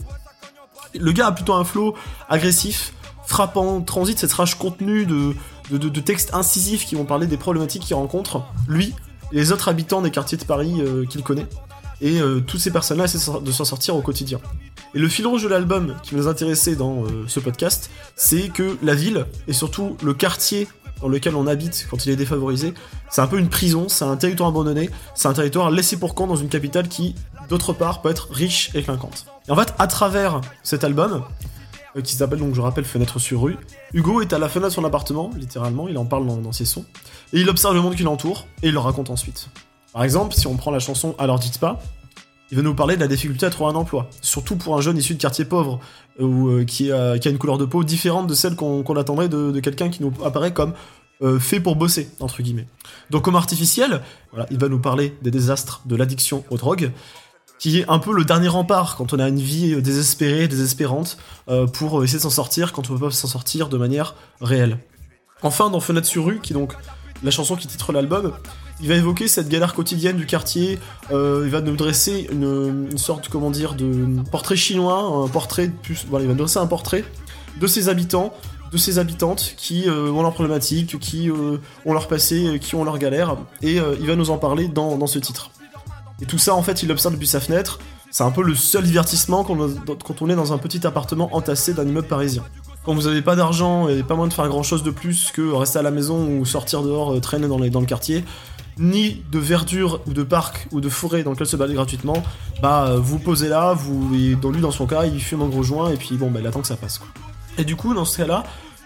Le gars a plutôt un flow agressif, frappant, transite cette rage contenue de textes incisifs qui vont parler des problématiques qu'il rencontre, lui, et les autres habitants des quartiers de Paris qu'il connaît, et toutes ces personnes-là essaient de s'en sortir au quotidien. Et le fil rouge de l'album qui nous intéressait dans ce podcast, c'est que la ville, et surtout le quartier dans lequel on habite quand il est défavorisé, c'est un peu une prison, c'est un territoire abandonné, c'est un territoire laissé pour compte dans une capitale qui, d'autre part, peut être riche et clinquante. Et en fait, à travers cet album, qui s'appelle donc, je rappelle, Fenêtre sur rue, Hugo est à la fenêtre de son appartement, littéralement, il en parle dans ses sons, et il observe le monde qui l'entoure, et il le raconte ensuite. Par exemple, si on prend la chanson Alors dites pas, il va nous parler de la difficulté à trouver un emploi, surtout pour un jeune issu de quartier pauvre, qui a une couleur de peau différente de celle qu'on attendrait de quelqu'un qui nous apparaît comme fait pour bosser, entre guillemets. Donc comme artificiel, voilà, il va nous parler des désastres de l'addiction aux drogues, qui est un peu le dernier rempart quand on a une vie désespérante, pour essayer de s'en sortir quand on ne peut pas s'en sortir de manière réelle. Enfin, dans Fenêtre sur rue, qui est donc la chanson qui titre l'album, il va évoquer cette galère quotidienne du quartier, il va nous dresser une sorte, de portrait chinois, il va nous dresser un portrait de ses habitants, de ses habitantes qui ont leurs problématiques, qui ont leur passé, qui ont leurs galères, et il va nous en parler dans ce titre. Et tout ça, en fait, il l'observe depuis sa fenêtre. C'est un peu le seul divertissement quand on est dans un petit appartement entassé d'un immeuble parisien. Quand vous avez pas d'argent et pas moyen de faire grand chose de plus que rester à la maison ou sortir dehors, traîner dans le quartier, ni de verdure ou de parc ou de forêt dans lequel se balader gratuitement, vous posez là, et dans son cas, il fume un gros joint et puis il attend que ça passe, quoi. Et du coup, dans ce cas-là,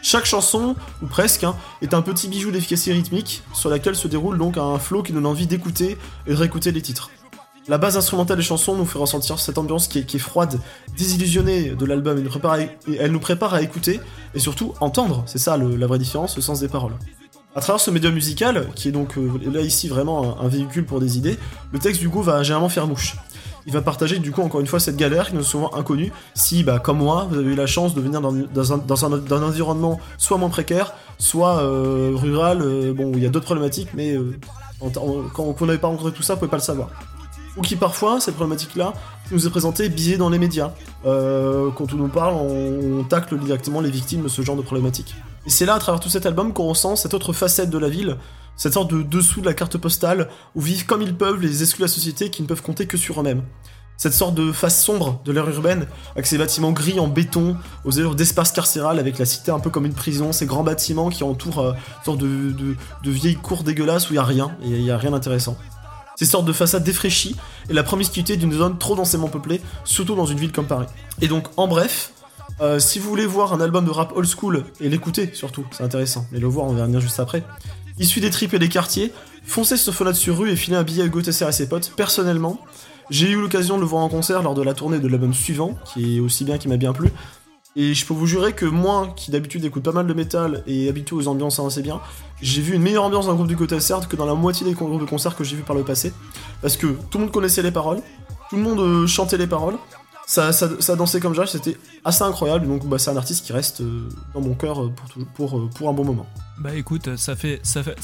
Chaque chanson, ou presque, est un petit bijou d'efficacité rythmique sur laquelle se déroule donc un flow qui donne envie d'écouter et de réécouter les titres. La base instrumentale des chansons nous fait ressentir cette ambiance qui est froide, désillusionnée de l'album, elle nous prépare à écouter et surtout entendre, c'est ça la vraie différence, le sens des paroles. À travers ce médium musical, qui est donc là ici vraiment un véhicule pour des idées, le texte du coup va généralement faire mouche. Il va partager du coup encore une fois cette galère qui nous est souvent inconnue si, comme moi, vous avez eu la chance de venir dans un environnement soit moins précaire, soit rural, où il y a d'autres problématiques, mais quand vous n'avez pas rencontré tout ça, vous pouvez pas le savoir. Ou qui parfois, cette problématique-là, nous est présentée biaisée dans les médias. Quand on nous parle, on tacle directement les victimes de ce genre de problématiques. Et c'est là, à travers tout cet album, qu'on ressent cette autre facette de la ville, cette sorte de dessous de la carte postale, où vivent comme ils peuvent les exclus de la société qui ne peuvent compter que sur eux-mêmes. Cette sorte de face sombre de l'ère urbaine, avec ces bâtiments gris en béton, aux allures d'espace carcéral, avec la cité un peu comme une prison, ces grands bâtiments qui entourent une sorte de vieilles cours dégueulasses où il n'y a rien d'intéressant. Ces sortes de façades défraîchies et la promiscuité d'une zone trop densément peuplée, surtout dans une ville comme Paris. Et donc, en bref, si vous voulez voir un album de rap old school, et l'écouter surtout, c'est intéressant, mais le voir, on va revenir juste après, issu des tripes et des quartiers, foncez sur Fenêtre sur rue et filez un billet à Hugo Tesser et ses potes. Personnellement, j'ai eu l'occasion de le voir en concert lors de la tournée de l'album suivant, qui est aussi bien, qui m'a bien plu. Et je peux vous jurer que moi, qui d'habitude écoute pas mal de métal et habitué aux ambiances assez bien, j'ai vu une meilleure ambiance dans le groupe du Hugo Tesser que dans la moitié des groupes de concerts que j'ai vus par le passé. Parce que tout le monde connaissait les paroles, tout le monde chantait les paroles, ça dansait comme jamais, c'était assez incroyable. Donc c'est un artiste qui reste dans mon cœur pour un bon moment. Bah écoute, c'était,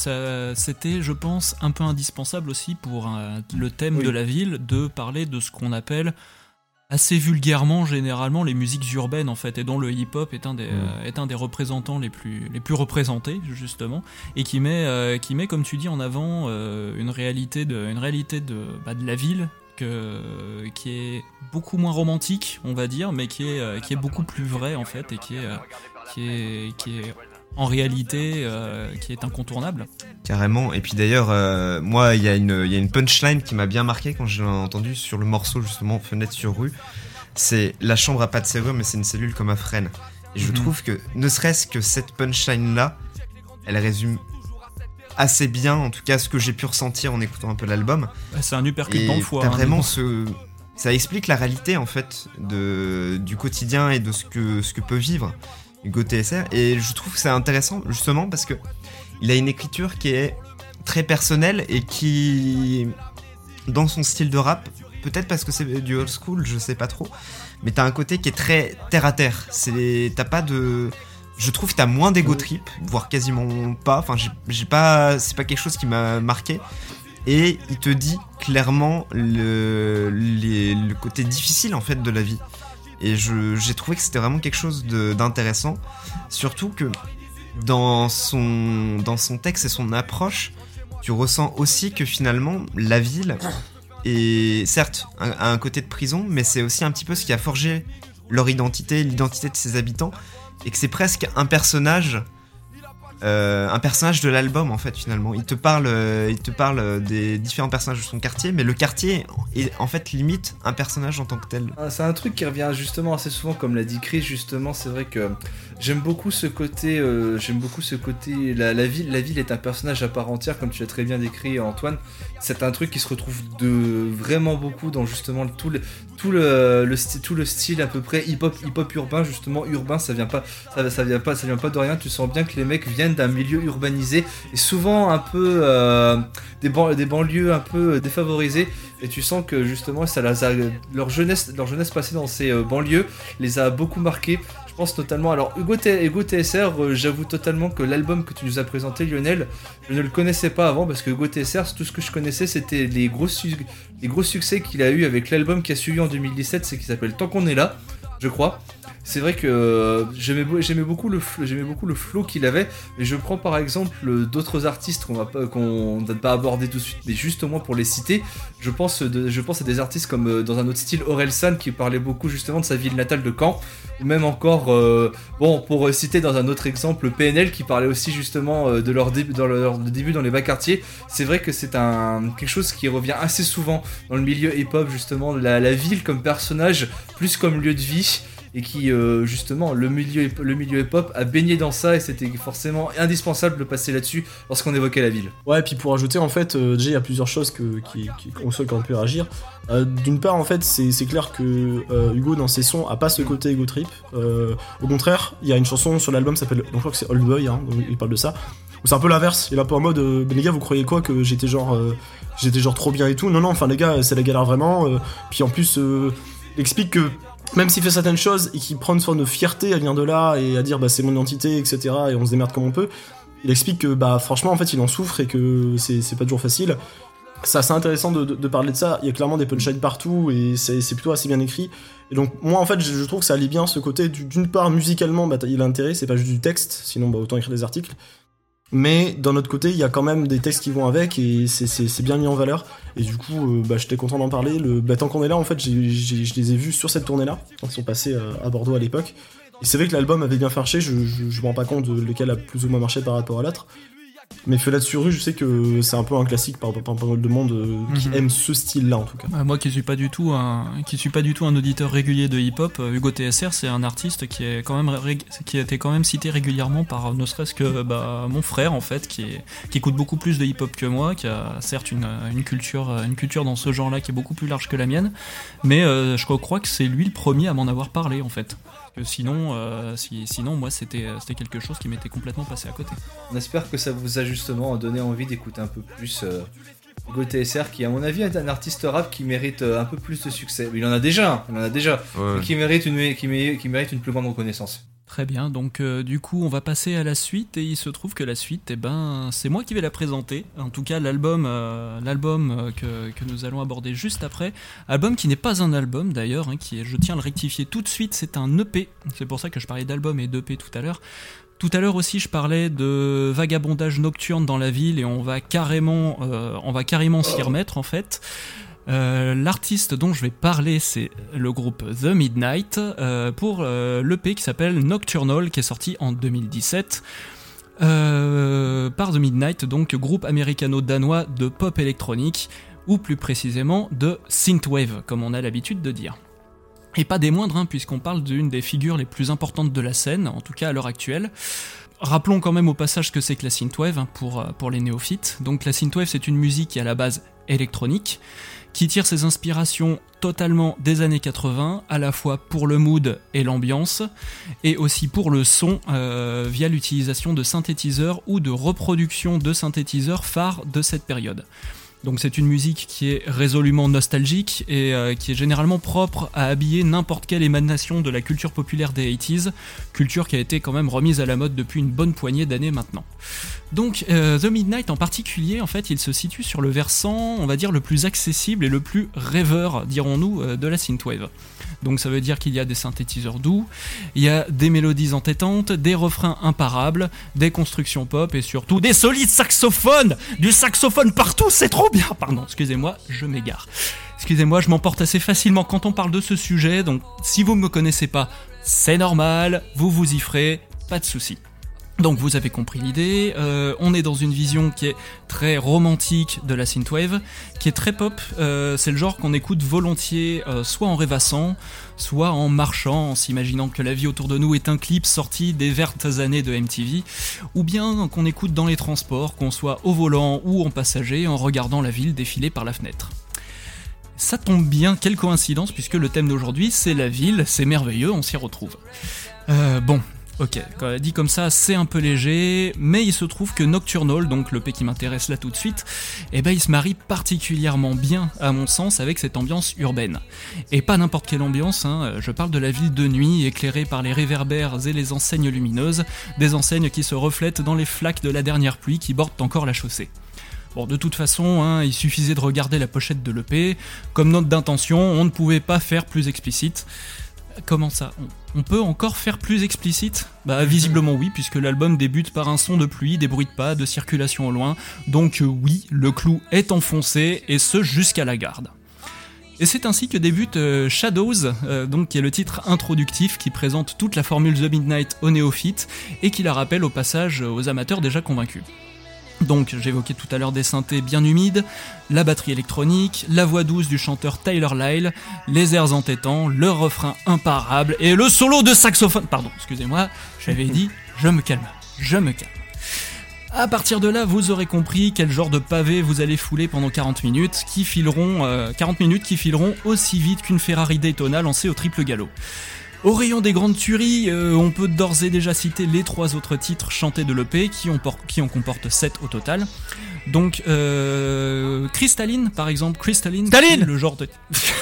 je pense, un peu indispensable aussi pour le thème de la ville, de parler de ce qu'on appelle assez vulgairement, généralement, les musiques urbaines, en fait, et dont le hip-hop est un des représentants les plus représentés, justement, et qui met, comme tu dis, en avant une réalité de la ville, qui est beaucoup moins romantique, on va dire, mais qui est beaucoup plus vraie, en fait, et qui est en réalité qui est incontournable. Carrément. Et puis d'ailleurs, moi, il y a une punchline qui m'a bien marqué quand je l'ai entendu sur le morceau justement Fenêtre sur rue. C'est « La chambre a pas de serrure, mais c'est une cellule comme un frêne ». Et je trouve que, ne serait-ce que cette punchline-là, elle résume assez bien, en tout cas, ce que j'ai pu ressentir en écoutant un peu l'album. C'est un uppercut dans le foie. T'as vraiment ça explique la réalité, en fait, du quotidien et de ce que peut vivre Hugo TSR, et je trouve que c'est intéressant justement parce que il a une écriture qui est très personnelle et qui, dans son style de rap, peut-être parce que c'est du old school, je sais pas trop, mais t'as un côté qui est très terre à terre. Je trouve que t'as moins d'ego trip, voire quasiment pas. Enfin, c'est pas quelque chose qui m'a marqué. Et il te dit clairement le côté difficile en fait de la vie. Et j'ai trouvé que c'était vraiment quelque chose d'intéressant, surtout que dans son texte et son approche, tu ressens aussi que finalement la ville est certes un côté de prison, mais c'est aussi un petit peu ce qui a forgé leur identité, l'identité de ses habitants, et que c'est presque un personnage de l'album en fait finalement. Il te parle des différents personnages de son quartier, mais le quartier est en fait limite un personnage en tant que tel. C'est un truc qui revient justement assez souvent, comme l'a dit Chris, justement. C'est vrai que j'aime beaucoup ce côté. La ville est un personnage à part entière, comme tu l'as très bien décrit, Antoine. C'est un truc qui se retrouve vraiment beaucoup dans justement tout le style à peu près hip-hop urbain, justement. Urbain, ça vient pas de rien. Tu sens bien que les mecs viennent d'un milieu urbanisé et souvent un peu des banlieues un peu défavorisées, et tu sens que justement leur jeunesse passée dans ces banlieues les a beaucoup marqués. Je pense notamment, alors Hugo TSR, j'avoue totalement que l'album que tu nous as présenté, Lionel, je ne le connaissais pas avant, parce que Hugo TSR, tout ce que je connaissais, c'était les gros succès qu'il a eu avec l'album qui a suivi en 2017, c'est qui s'appelle Tant qu'on est là, je crois. C'est vrai que j'aimais beaucoup le flow qu'il avait, mais je prends par exemple d'autres artistes qu'on ne va pas aborder tout de suite, mais juste au moins pour les citer. Je pense à des artistes comme dans un autre style, Orelsan, qui parlait beaucoup justement de sa ville natale de Caen, ou même encore pour citer dans un autre exemple, PNL, qui parlait aussi justement de leur début dans les bas quartiers. C'est vrai que c'est quelque chose qui revient assez souvent dans le milieu hip-hop, justement, la ville comme personnage plus comme lieu de vie. et qui justement le milieu hip-hop a baigné dans ça et c'était forcément indispensable de passer là-dessus lorsqu'on évoquait la ville. Ouais, et puis pour ajouter, en fait, déjà il y a plusieurs choses sur lesquelles on peut réagir. D'une part, en fait, c'est clair que Hugo dans ses sons a pas ce côté ego trip. Au contraire, il y a une chanson sur l'album qui s'appelle, donc je crois que c'est Old Boy, hein, donc il parle de ça. C'est un peu l'inverse, il est un peu en mode les gars, vous croyez quoi, que j'étais genre trop bien et tout? Non, enfin les gars, c'est la galère vraiment. Puis en plus, il explique que même s'il fait certaines choses et qu'il prend une sorte de fierté à venir de là et à dire c'est mon identité, etc., et on se démerde comme on peut, il explique que franchement en fait il en souffre et que c'est pas toujours facile. C'est assez intéressant de parler de ça. Il y a clairement des punchlines partout et c'est plutôt assez bien écrit. Et donc moi en fait je trouve que ça allie bien ce côté d'une part musicalement il a intérêt, c'est pas juste du texte, sinon autant écrire des articles. Mais d'un autre côté, il y a quand même des textes qui vont avec et c'est bien mis en valeur. Et du coup, j'étais content d'en parler. Tant qu'on est là, en fait, je les ai vus sur cette tournée-là. Ils sont passés à Bordeaux à l'époque. Et c'est vrai que l'album avait bien marché. Je me rends pas compte de lequel a plus ou moins marché par rapport à l'autre. Mais Feuillade sur rue, je sais que c'est un peu un classique par pas mal de monde qui aime ce style-là en tout cas. Moi qui suis pas du tout un auditeur régulier de hip-hop, Hugo TSR c'est un artiste qui a été quand même cité régulièrement par ne serait-ce que mon frère en fait qui écoute beaucoup plus de hip-hop que moi, qui a certes une culture dans ce genre-là qui est beaucoup plus large que la mienne, mais je crois que c'est lui le premier à m'en avoir parlé en fait. Que sinon moi c'était quelque chose qui m'était complètement passé à côté. On espère que ça vous a justement donné envie d'écouter un peu plus Hugo TSR, qui à mon avis est un artiste rap qui mérite un peu plus de succès. Il en a déjà, ouais. Mais qui mérite une plus grande reconnaissance. Très bien, donc du coup on va passer à la suite et il se trouve que la suite, c'est moi qui vais la présenter. En tout cas l'album que nous allons aborder juste après, album qui n'est pas un album d'ailleurs, je tiens à le rectifier tout de suite, c'est un EP. C'est pour ça que je parlais d'album et d'EP tout à l'heure. Tout à l'heure aussi, je parlais de vagabondage nocturne dans la ville et on va carrément s'y remettre en fait. L'artiste dont je vais parler, c'est le groupe The Midnight pour l'EP qui s'appelle Nocturnal, qui est sorti en 2017 par The Midnight, donc groupe américano-danois de pop électronique, ou plus précisément de synthwave, comme on a l'habitude de dire. Et pas des moindres, puisqu'on parle d'une des figures les plus importantes de la scène, en tout cas à l'heure actuelle. Rappelons quand même au passage ce que c'est que la synthwave pour les néophytes. Donc la synthwave, c'est une musique qui est à la base électronique, qui tire ses inspirations totalement des années 80, à la fois pour le mood et l'ambiance, et aussi pour le son, via l'utilisation de synthétiseurs ou de reproduction de synthétiseurs phares de cette période. Donc c'est une musique qui est résolument nostalgique et qui est généralement propre à habiller n'importe quelle émanation de la culture populaire des 80s, culture qui a été quand même remise à la mode depuis une bonne poignée d'années maintenant. Donc The Midnight en particulier, en fait, il se situe sur le versant, on va dire, le plus accessible et le plus rêveur, dirons-nous, de la synthwave. Donc ça veut dire qu'il y a des synthétiseurs doux, il y a des mélodies entêtantes, des refrains imparables, des constructions pop et surtout des solides saxophones, du saxophone partout, c'est trop bien. Pardon, excusez-moi, je m'égare. Excusez-moi, je m'emporte assez facilement quand on parle de ce sujet, donc si vous ne me connaissez pas, c'est normal, vous y ferez, pas de soucis. Donc vous avez compris l'idée, on est dans une vision qui est très romantique de la synthwave, qui est très pop, c'est le genre qu'on écoute volontiers, soit en rêvassant, soit en marchant, en s'imaginant que la vie autour de nous est un clip sorti des vertes années de MTV, ou bien qu'on écoute dans les transports, qu'on soit au volant ou en passager, en regardant la ville défiler par la fenêtre. Ça tombe bien, quelle coïncidence, puisque le thème d'aujourd'hui c'est la ville, c'est merveilleux, on s'y retrouve. Ok, dit comme ça, c'est un peu léger, mais il se trouve que Nocturnal, donc l'EP qui m'intéresse là tout de suite, il se marie particulièrement bien, à mon sens, avec cette ambiance urbaine. Et pas n'importe quelle ambiance, je parle de la ville de nuit, éclairée par les réverbères et les enseignes lumineuses, des enseignes qui se reflètent dans les flaques de la dernière pluie qui bordent encore la chaussée. Bon, de toute façon, il suffisait de regarder la pochette de l'EP, comme note d'intention, on ne pouvait pas faire plus explicite. Comment ça ? On peut encore faire plus explicite ? Visiblement oui, puisque l'album débute par un son de pluie, des bruits de pas, de circulation au loin, donc oui, le clou est enfoncé, et ce jusqu'à la garde. Et c'est ainsi que débute Shadows, qui est le titre introductif qui présente toute la formule The Midnight aux néophytes, et qui la rappelle au passage aux amateurs déjà convaincus. Donc j'évoquais tout à l'heure des synthés bien humides, la batterie électronique, la voix douce du chanteur Tyler Lyle, les airs entêtants, le refrain imparable et le solo de saxophone. Pardon, excusez-moi, j'avais dit je me calme. À partir de là, vous aurez compris quel genre de pavé vous allez fouler pendant 40 minutes qui fileront aussi vite qu'une Ferrari Daytona lancée au triple galop. Au rayon des grandes tueries, on peut d'ores et déjà citer les 3 autres titres chantés de l'EP qui en comportent 7 au total. Donc Crystalline par exemple, Crystalline, le genre de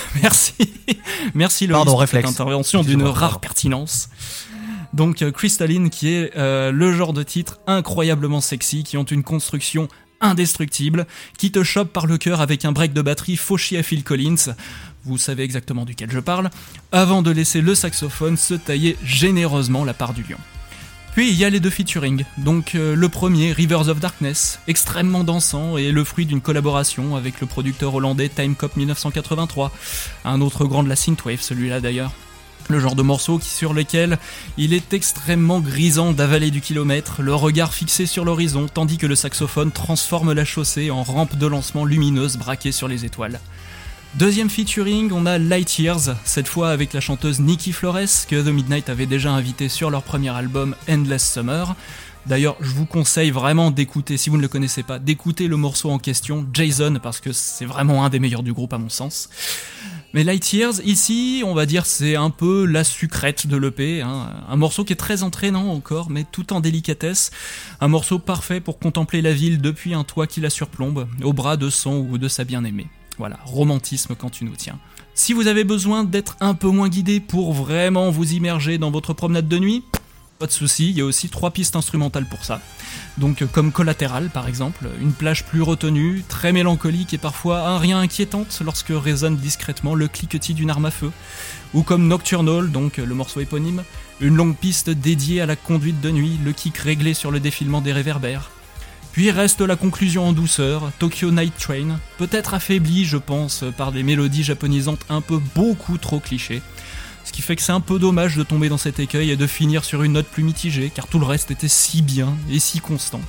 merci Loïs pour cette intervention d'une rare pertinence. Donc Crystalline qui est le genre de titre incroyablement sexy, qui ont une construction indestructible, qui te chope par le cœur avec un break de batterie fauché à Phil Collins, vous savez exactement duquel je parle, avant de laisser le saxophone se tailler généreusement la part du lion. Puis il y a les 2 featuring, donc le premier, Rivers of Darkness, extrêmement dansant et le fruit d'une collaboration avec le producteur hollandais Timecop 1983, un autre grand de la synthwave celui-là d'ailleurs. Le genre de morceau sur lequel il est extrêmement grisant d'avaler du kilomètre, le regard fixé sur l'horizon, tandis que le saxophone transforme la chaussée en rampe de lancement lumineuse braquée sur les étoiles. Deuxième featuring, on a Light Years, cette fois avec la chanteuse Nikki Flores, que The Midnight avait déjà invitée sur leur premier album Endless Summer. D'ailleurs, je vous conseille vraiment d'écouter, si vous ne le connaissez pas, d'écouter le morceau en question, Jason, parce que c'est vraiment un des meilleurs du groupe à mon sens. Mais Light Years, ici, on va dire, c'est un peu la sucrète de l'EP, hein. Un morceau qui est très entraînant encore, mais tout en délicatesse. Un morceau parfait pour contempler la ville depuis un toit qui la surplombe, au bras de son ou de sa bien-aimée. Voilà, romantisme quand tu nous tiens. Si vous avez besoin d'être un peu moins guidé pour vraiment vous immerger dans votre promenade de nuit, pas de souci, il y a aussi 3 pistes instrumentales pour ça. Donc comme Collateral par exemple, une plage plus retenue, très mélancolique et parfois un rien inquiétante lorsque résonne discrètement le cliquetis d'une arme à feu. Ou comme Nocturnal, donc le morceau éponyme, une longue piste dédiée à la conduite de nuit, le kick réglé sur le défilement des réverbères. Puis reste la conclusion en douceur, Tokyo Night Train, peut-être affaiblie je pense par des mélodies japonisantes un peu beaucoup trop clichés. Ce qui fait que c'est un peu dommage de tomber dans cet écueil et de finir sur une note plus mitigée, car tout le reste était si bien et si constant.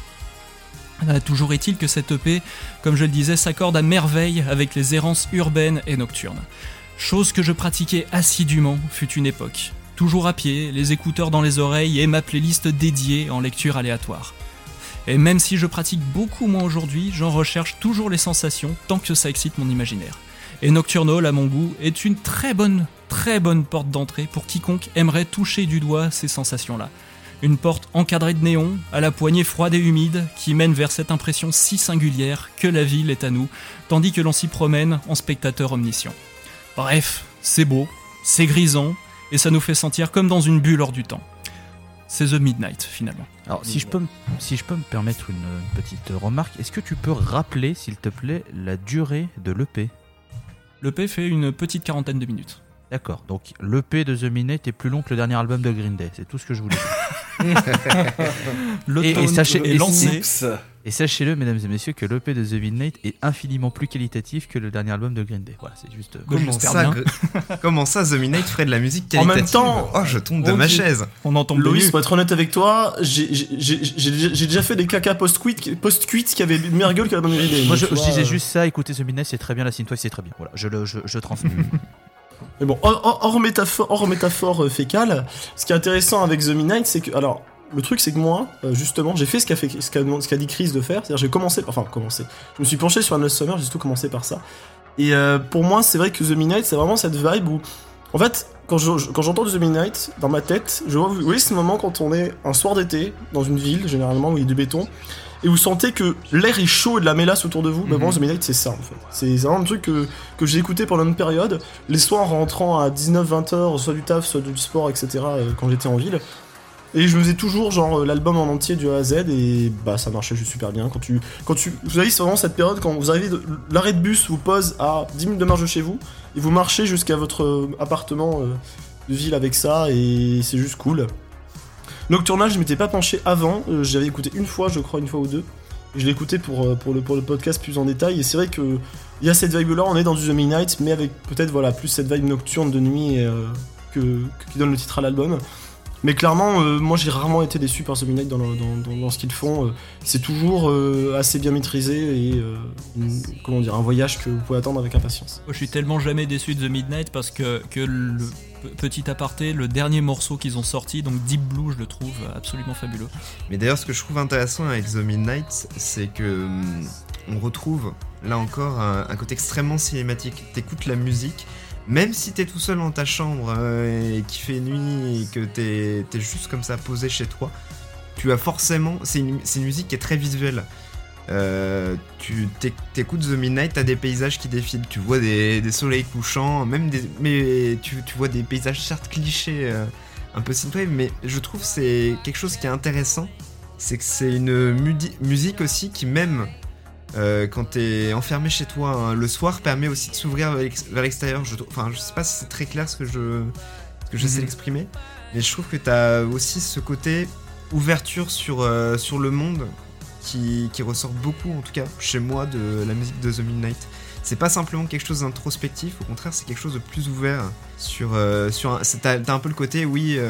Toujours est-il que cette EP, comme je le disais, s'accorde à merveille avec les errances urbaines et nocturnes. Chose que je pratiquais assidûment fut une époque. Toujours à pied, les écouteurs dans les oreilles et ma playlist dédiée en lecture aléatoire. Et même si je pratique beaucoup moins aujourd'hui, j'en recherche toujours les sensations tant que ça excite mon imaginaire. Et Nocturnal, à mon goût, est une très bonne porte d'entrée pour quiconque aimerait toucher du doigt ces sensations-là. Une porte encadrée de néon, à la poignée froide et humide, qui mène vers cette impression si singulière que la ville est à nous, tandis que l'on s'y promène en spectateur omniscient. Bref, c'est beau, c'est grisant, et ça nous fait sentir comme dans une bulle hors du temps. C'est The Midnight, finalement. Alors, si je peux me permettre une petite remarque, est-ce que tu peux rappeler, s'il te plaît, la durée de l'EP ? L'EP fait une petite 40aine de minutes. D'accord, donc l'EP de The Midnight est plus long que le dernier album de Green Day, c'est tout ce que je voulais dire. Et sachez-le, mesdames et messieurs, que l'EP de The Midnight est infiniment plus qualitatif que le dernier album de Green Day. Voilà, c'est juste. Comment ça, The Midnight ferait de la musique qualitative ? En même temps, oh, je tombe de ma chaise. On entend Loïs, pour être honnête avec toi, j'ai déjà fait des caca post-cuites qui avaient meilleure gueule que l'album de Green Day. Moi, je disais juste ça. Écoutez, The Midnight, c'est très bien. La synthwave, c'est très bien. Voilà, je transmets. Mais bon, hors métaphore fécale, ce qui est intéressant avec The Midnight, c'est que, alors, le truc c'est que moi, justement, j'ai fait ce qu'a dit Chris de faire, c'est-à-dire je me suis penché sur Endless Summer, j'ai surtout commencé par ça, et pour moi, c'est vrai que The Midnight, c'est vraiment cette vibe où, en fait, quand j'entends The Midnight, dans ma tête, je vois, vous voyez ce moment quand on est un soir d'été, dans une ville, généralement, où il y a du béton, et vous sentez que l'air est chaud et de la mélasse autour de vous, bah bon, The Midnight c'est ça en fait. C'est vraiment un truc que j'ai écouté pendant une période, les soirs en rentrant à 19-20h, soit du taf, soit du sport, etc. Quand j'étais en ville. Et je me faisais toujours genre l'album en entier du A à Z et bah ça marchait juste super bien. Quand tu vous savez, c'est vraiment cette période quand vous arrivez, l'arrêt de bus vous pose à 10 minutes de marche de chez vous et vous marchez jusqu'à votre appartement de ville avec ça et c'est juste cool. Nocturnal, je m'étais pas penché avant, j'avais écouté une fois ou deux, et je l'ai écouté pour le podcast plus en détail, et c'est vrai que il y a cette vibe là, on est dans du The Midnight, mais avec peut-être voilà plus cette vibe nocturne de nuit qui donne le titre à l'album. Mais clairement, moi j'ai rarement été déçu par The Midnight dans ce qu'ils font. C'est toujours assez bien maîtrisé et un voyage que vous pouvez attendre avec impatience. Je suis tellement jamais déçu de The Midnight parce que le petit aparté, le dernier morceau qu'ils ont sorti, donc Deep Blue, je le trouve absolument fabuleux. Mais d'ailleurs, ce que je trouve intéressant avec The Midnight, c'est que on retrouve là encore un côté extrêmement cinématique. T'écoutes la musique, même si t'es tout seul dans ta chambre et qu'il fait nuit et que t'es juste comme ça posé chez toi, tu as forcément. C'est une musique qui est très visuelle. Tu t'écoutes The Midnight, t'as des paysages qui défilent, tu vois des soleils couchants, mais tu vois des paysages certes clichés, un peu synthwave, mais je trouve que c'est quelque chose qui est intéressant, c'est que c'est une musique aussi qui même quand t'es enfermé chez toi le soir permet aussi de s'ouvrir vers l'extérieur. Je sais pas si c'est très clair ce que j'essaie d'exprimer, mais je trouve que t'as aussi ce côté ouverture sur le monde qui ressort beaucoup, en tout cas chez moi, de la musique de The Midnight. C'est pas simplement quelque chose d'introspectif, au contraire c'est quelque chose de plus ouvert t'as un peu le côté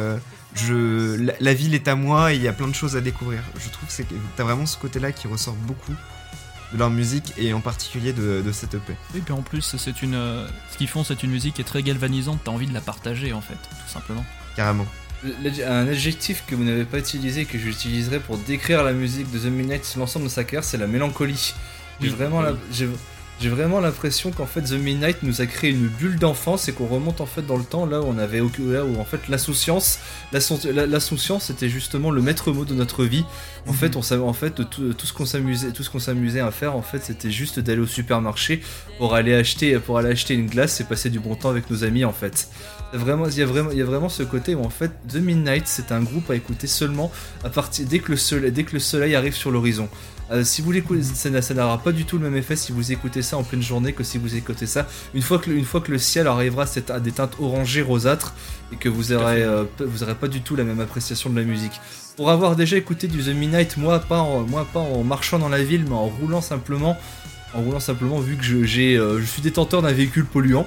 la ville est à moi et il y a plein de choses à découvrir. Je trouve que t'as vraiment ce côté là qui ressort beaucoup de leur musique et en particulier de cette EP. Oui, puis en plus ce qu'ils font, c'est une musique qui est très galvanisante, t'as envie de la partager en fait, tout simplement. Carrément. Un adjectif que vous n'avez pas utilisé et que j'utiliserai pour décrire la musique de The Midnight sur l'ensemble de sa carrière, c'est la mélancolie. J'ai vraiment l'impression qu'en fait The Midnight nous a créé une bulle d'enfance et qu'on remonte en fait dans le temps là où en fait l'insouciance était justement le maître mot de notre vie. En fait, on savait tout ce qu'on s'amusait à faire en fait, c'était juste d'aller au supermarché pour aller acheter une glace et passer du bon temps avec nos amis en fait. Il y a vraiment ce côté où en fait The Midnight c'est un groupe à écouter seulement dès que le soleil arrive sur l'horizon. Si vous l'écoutez, ça n'aura pas du tout le même effet si vous écoutez ça en pleine journée que si vous écoutez ça une fois que le ciel arrivera à des teintes orangées rosâtres et que vous aurez pas du tout la même appréciation de la musique. Pour avoir déjà écouté du The Midnight, moi pas en marchant dans la ville, mais en roulant simplement vu que je suis détenteur d'un véhicule polluant.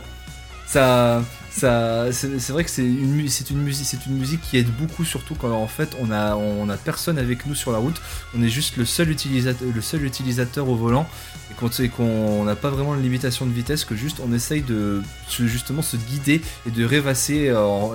C'est vrai que c'est une musique qui aide beaucoup, surtout quand en fait on a personne avec nous sur la route, on est juste le seul utilisateur au volant et qu'on n'a pas vraiment de limitation de vitesse, que juste on essaye de justement se guider et de rêvasser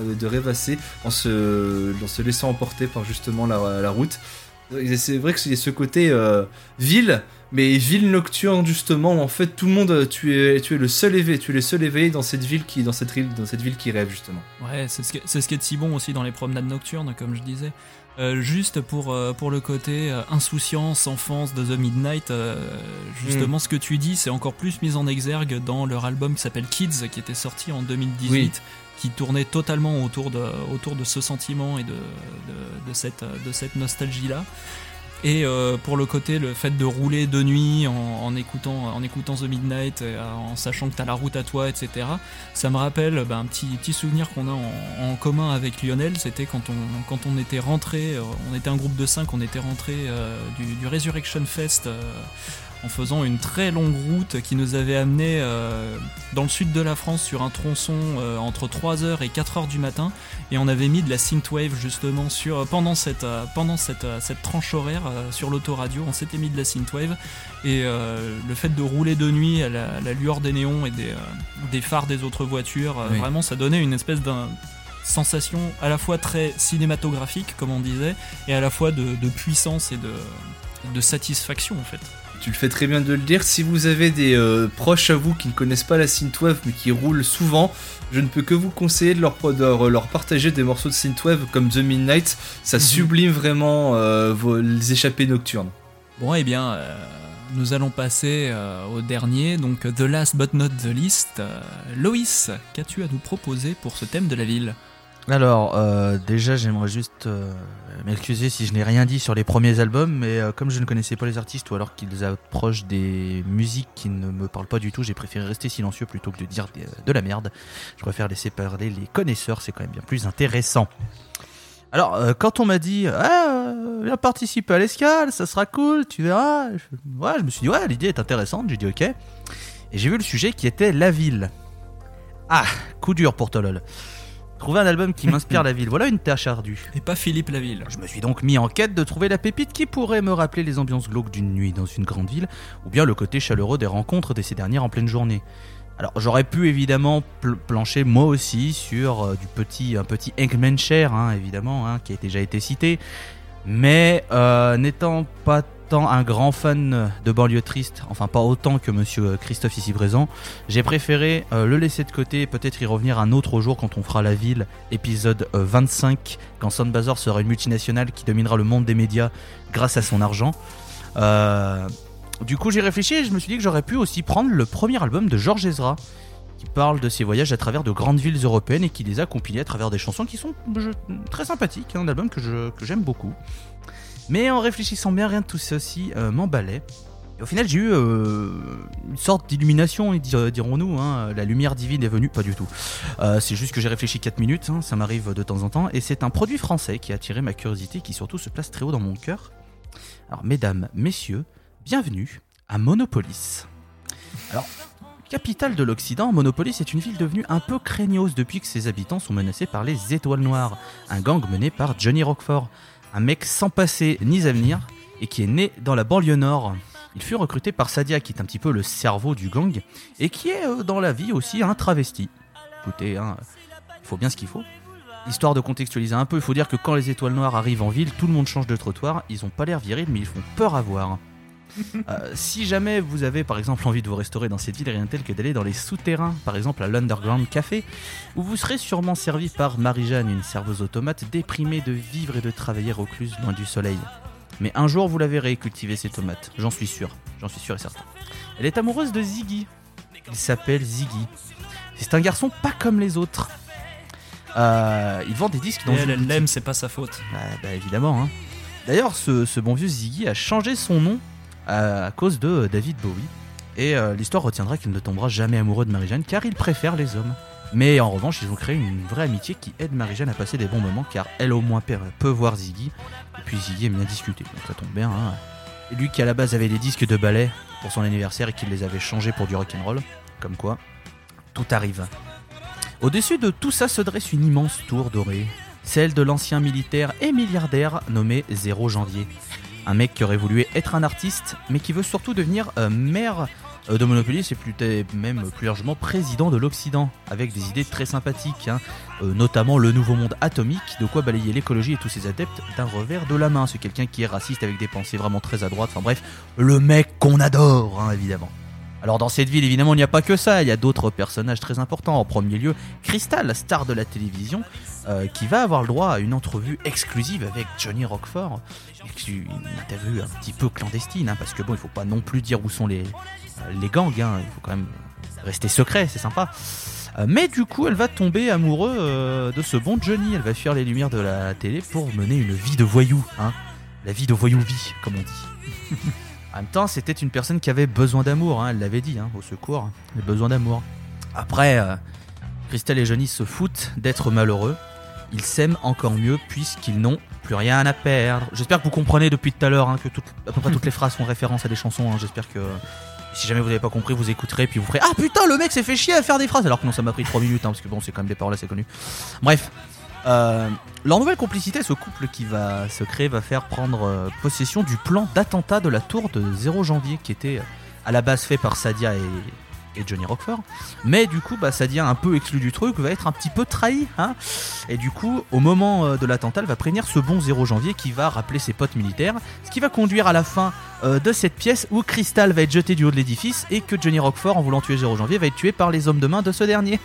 en se laissant emporter par justement la route. C'est vrai qu'il y a ce côté ville, mais ville nocturne justement où en fait tout le monde, tu es le seul éveillé dans cette ville qui rêve justement. Ouais, c'est ce qui est de si bon aussi dans les promenades nocturnes, comme je disais. Juste pour le côté insouciance, enfance de The Midnight, justement ce que tu dis, c'est encore plus mis en exergue dans leur album qui s'appelle Kids, qui était sorti en 2018. Oui. Qui tournait totalement autour de ce sentiment et de cette nostalgie-là. Et pour le fait de rouler de nuit en écoutant The Midnight, en sachant que t'as la route à toi, etc. Ça me rappelle un petit souvenir qu'on a en commun avec Lionel. C'était quand on était rentré, on était un groupe de 5, on était rentré du Resurrection Fest en faisant une très longue route qui nous avait amené dans le sud de la France sur un tronçon entre 3h et 4h du matin, et on avait mis de la synthwave justement pendant cette tranche horaire sur l'autoradio, on s'était mis de la synthwave, et le fait de rouler de nuit à la lueur des néons et des phares des autres voitures, oui. Vraiment ça donnait une espèce d'un sensation à la fois très cinématographique comme on disait, et à la fois de puissance et de satisfaction en fait. Tu le fais très bien de le dire. Si vous avez des proches à vous qui ne connaissent pas la synthwave mais qui roulent souvent, je ne peux que vous conseiller de leur partager des morceaux de synthwave comme The Midnight. Ça sublime vraiment les échappées nocturnes. Bon, eh bien, nous allons passer au dernier, donc The Last But Not The Least. Loïs, qu'as-tu à nous proposer pour ce thème de la ville ? Alors, déjà, j'aimerais juste m'excuser si je n'ai rien dit sur les premiers albums, mais comme je ne connaissais pas les artistes ou alors qu'ils approchent des musiques qui ne me parlent pas du tout, j'ai préféré rester silencieux plutôt que de dire de la merde. Je préfère laisser parler les connaisseurs, c'est quand même bien plus intéressant. Alors, quand on m'a dit « viens participer à l'escale, ça sera cool, tu verras », je me suis dit « ouais, l'idée est intéressante », j'ai dit « ok ». Et j'ai vu le sujet qui était la ville. Ah, coup dur pour Tolol. Trouver un album qui m'inspire la ville, voilà une tâche ardue. Et pas Philippe Laville. Je me suis donc mis en quête de trouver la pépite qui pourrait me rappeler les ambiances glauques d'une nuit dans une grande ville, ou bien le côté chaleureux des rencontres de ces dernières en pleine journée. Alors j'aurais pu évidemment plancher moi aussi sur un petit Eggman Share, évidemment, qui a déjà été cité, mais n'étant pas tant un grand fan de banlieue triste, enfin pas autant que monsieur Christophe ici présent, j'ai préféré le laisser de côté et peut-être y revenir un autre jour quand on fera La Ville, épisode 25, quand Soundbazer sera une multinationale qui dominera le monde des médias grâce à son argent. Du coup j'ai réfléchi et je me suis dit que j'aurais pu aussi prendre le premier album de Georges Ezra, qui parle de ses voyages à travers de grandes villes européennes et qui les a compilés à travers des chansons qui sont très sympathiques, un album que j'aime beaucoup. Mais en réfléchissant bien, rien de tout ceci m'emballait. Et au final, j'ai eu une sorte d'illumination, dirons-nous. La lumière divine est venue, pas du tout. C'est juste que j'ai réfléchi 4 minutes, ça m'arrive de temps en temps. Et c'est un produit français qui a attiré ma curiosité, qui surtout se place très haut dans mon cœur. Alors, mesdames, messieurs, bienvenue à Monopolis. Alors, capitale de l'Occident, Monopolis est une ville devenue un peu craignos depuis que ses habitants sont menacés par les Étoiles Noires, un gang mené par Johnny Roquefort. Un mec sans passé ni avenir et qui est né dans la banlieue nord. Il fut recruté par Sadia, qui est un petit peu le cerveau du gang et qui est dans la vie aussi un travesti. Écoutez, il faut bien ce qu'il faut. Histoire de contextualiser un peu, il faut dire que quand les Étoiles Noires arrivent en ville, tout le monde change de trottoir. Ils ont pas l'air virils, mais ils font peur à voir. Si jamais vous avez par exemple envie de vous restaurer dans cette ville, rien de tel que d'aller dans les souterrains, par exemple à l'Underground Café, où vous serez sûrement servi par Marie-Jeanne, une serveuse automate déprimée de vivre et de travailler recluse loin du soleil. Mais un jour vous la verrez cultiver ses tomates, j'en suis sûr et certain. Elle est amoureuse de Ziggy. Il s'appelle Ziggy. C'est un garçon pas comme les autres. Il vend des disques dans et elle l'aime, c'est pas sa faute. Bah évidemment. D'ailleurs, ce bon vieux Ziggy a changé son nom à cause de David Bowie. Et l'histoire retiendra qu'il ne tombera jamais amoureux de Marie-Jeanne car il préfère les hommes. Mais en revanche, ils ont créé une vraie amitié qui aide Marie-Jeanne à passer des bons moments car elle au moins peut voir Ziggy. Et puis Ziggy aime bien discuter, donc ça tombe bien. Et lui qui à la base avait des disques de ballet pour son anniversaire et qui les avait changés pour du rock'n'roll. Comme quoi, tout arrive. Au-dessus de tout ça se dresse une immense tour dorée. Celle de l'ancien militaire et milliardaire nommé 0 Janvier. Un mec qui aurait voulu être un artiste, mais qui veut surtout devenir maire de Monopolis et même plus largement président de l'Occident, avec des idées très sympathiques, notamment le nouveau monde atomique, de quoi balayer l'écologie et tous ses adeptes d'un revers de la main. C'est quelqu'un qui est raciste avec des pensées vraiment très à droite, enfin bref, le mec qu'on adore, évidemment. Alors dans cette ville, évidemment, il n'y a pas que ça, il y a d'autres personnages très importants. En premier lieu, Crystal, star de la télévision, qui va avoir le droit à une entrevue exclusive avec Johnny Roquefort. Une interview un petit peu clandestine, parce que bon, il faut pas non plus dire où sont les gangs, il faut quand même rester secret, c'est sympa. Mais du coup, elle va tomber amoureuse de ce bon Johnny, elle va fuir les lumières de la télé pour mener une vie de voyou, la vie de voyou-vie, comme on dit. En même temps, c'était une personne qui avait besoin d'amour, elle l'avait dit, au secours, elle a besoin d'amour. Après, Christelle et Johnny se foutent d'être malheureux. Ils s'aiment encore mieux puisqu'ils n'ont plus rien à perdre. J'espère que vous comprenez depuis tout à l'heure que à peu près toutes les phrases font référence à des chansons. J'espère que si jamais vous n'avez pas compris, vous écouterez puis vous ferez « Ah putain, le mec s'est fait chier à faire des phrases !» Alors que non, ça m'a pris 3 minutes, parce que bon, c'est quand même des paroles assez connues. Bref. Leur nouvelle complicité, ce couple qui va se créer, va faire prendre possession du plan d'attentat de la tour de 0 janvier qui était à la base fait par Sadia et Johnny Roquefort. Mais du coup, Sadia, un peu exclu du truc, va être un petit peu trahi. Et du coup, au moment de l'attentat, elle va prévenir ce bon 0 janvier qui va rappeler ses potes militaires. Ce qui va conduire à la fin de cette pièce où Crystal va être jeté du haut de l'édifice et que Johnny Roquefort, en voulant tuer 0 janvier, va être tué par les hommes de main de ce dernier.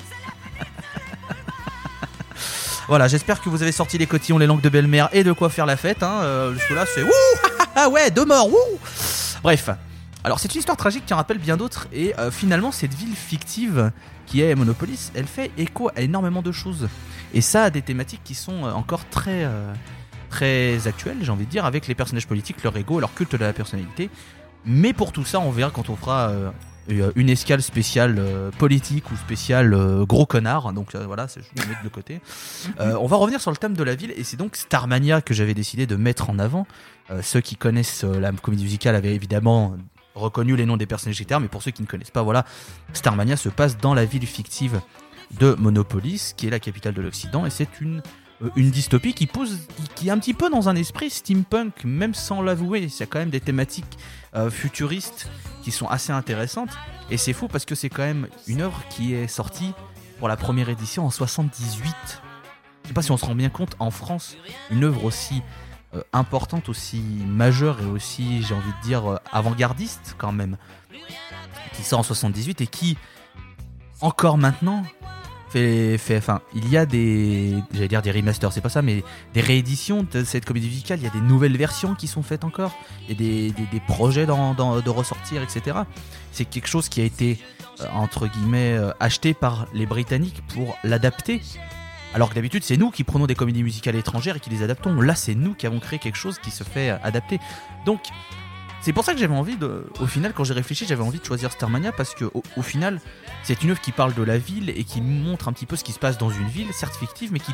Voilà, j'espère que vous avez sorti les cotillons, les langues de belle-mère et de quoi faire la fête. Parce que là, c'est wouh, ouais, 2 morts, wouh. Bref, alors c'est une histoire tragique qui en rappelle bien d'autres. Et finalement, cette ville fictive qui est Monopolis, elle fait écho à énormément de choses. Et ça a des thématiques qui sont encore très actuelles, j'ai envie de dire, avec les personnages politiques, leur ego, leur culte de la personnalité. Mais pour tout ça, on verra quand on fera une escale spéciale politique ou spéciale gros connard, donc voilà, je vais le mettre de côté. On va revenir sur le thème de la ville et c'est donc Starmania que j'avais décidé de mettre en avant. Ceux qui connaissent la comédie musicale avaient évidemment reconnu les noms des personnages guitares, mais pour ceux qui ne connaissent pas, voilà, Starmania se passe dans la ville fictive de Monopolis, qui est la capitale de l'Occident, et c'est une dystopie qui est un petit peu dans un esprit steampunk, même sans l'avouer. Il y a quand même des thématiques futuristes qui sont assez intéressantes, et c'est fou parce que c'est quand même une œuvre qui est sortie pour la première édition en 78. Je sais pas si on se rend bien compte, en France, une œuvre aussi importante, aussi majeure et aussi, j'ai envie de dire, avant-gardiste quand même, qui sort en 78 et qui, encore maintenant, enfin, il y a des remasters, c'est pas ça, mais des rééditions de cette comédie musicale. Il y a des nouvelles versions qui sont faites encore, il y a des projets de ressortir, etc. C'est quelque chose qui a été, entre guillemets, acheté par les Britanniques pour l'adapter. Alors que d'habitude, c'est nous qui prenons des comédies musicales étrangères et qui les adaptons. Là, c'est nous qui avons créé quelque chose qui se fait adapter. Donc, c'est pour ça que j'avais envie au final, quand j'ai réfléchi, j'avais envie de choisir Starmania parce que au final, c'est une œuvre qui parle de la ville et qui montre un petit peu ce qui se passe dans une ville, certes fictive, mais qui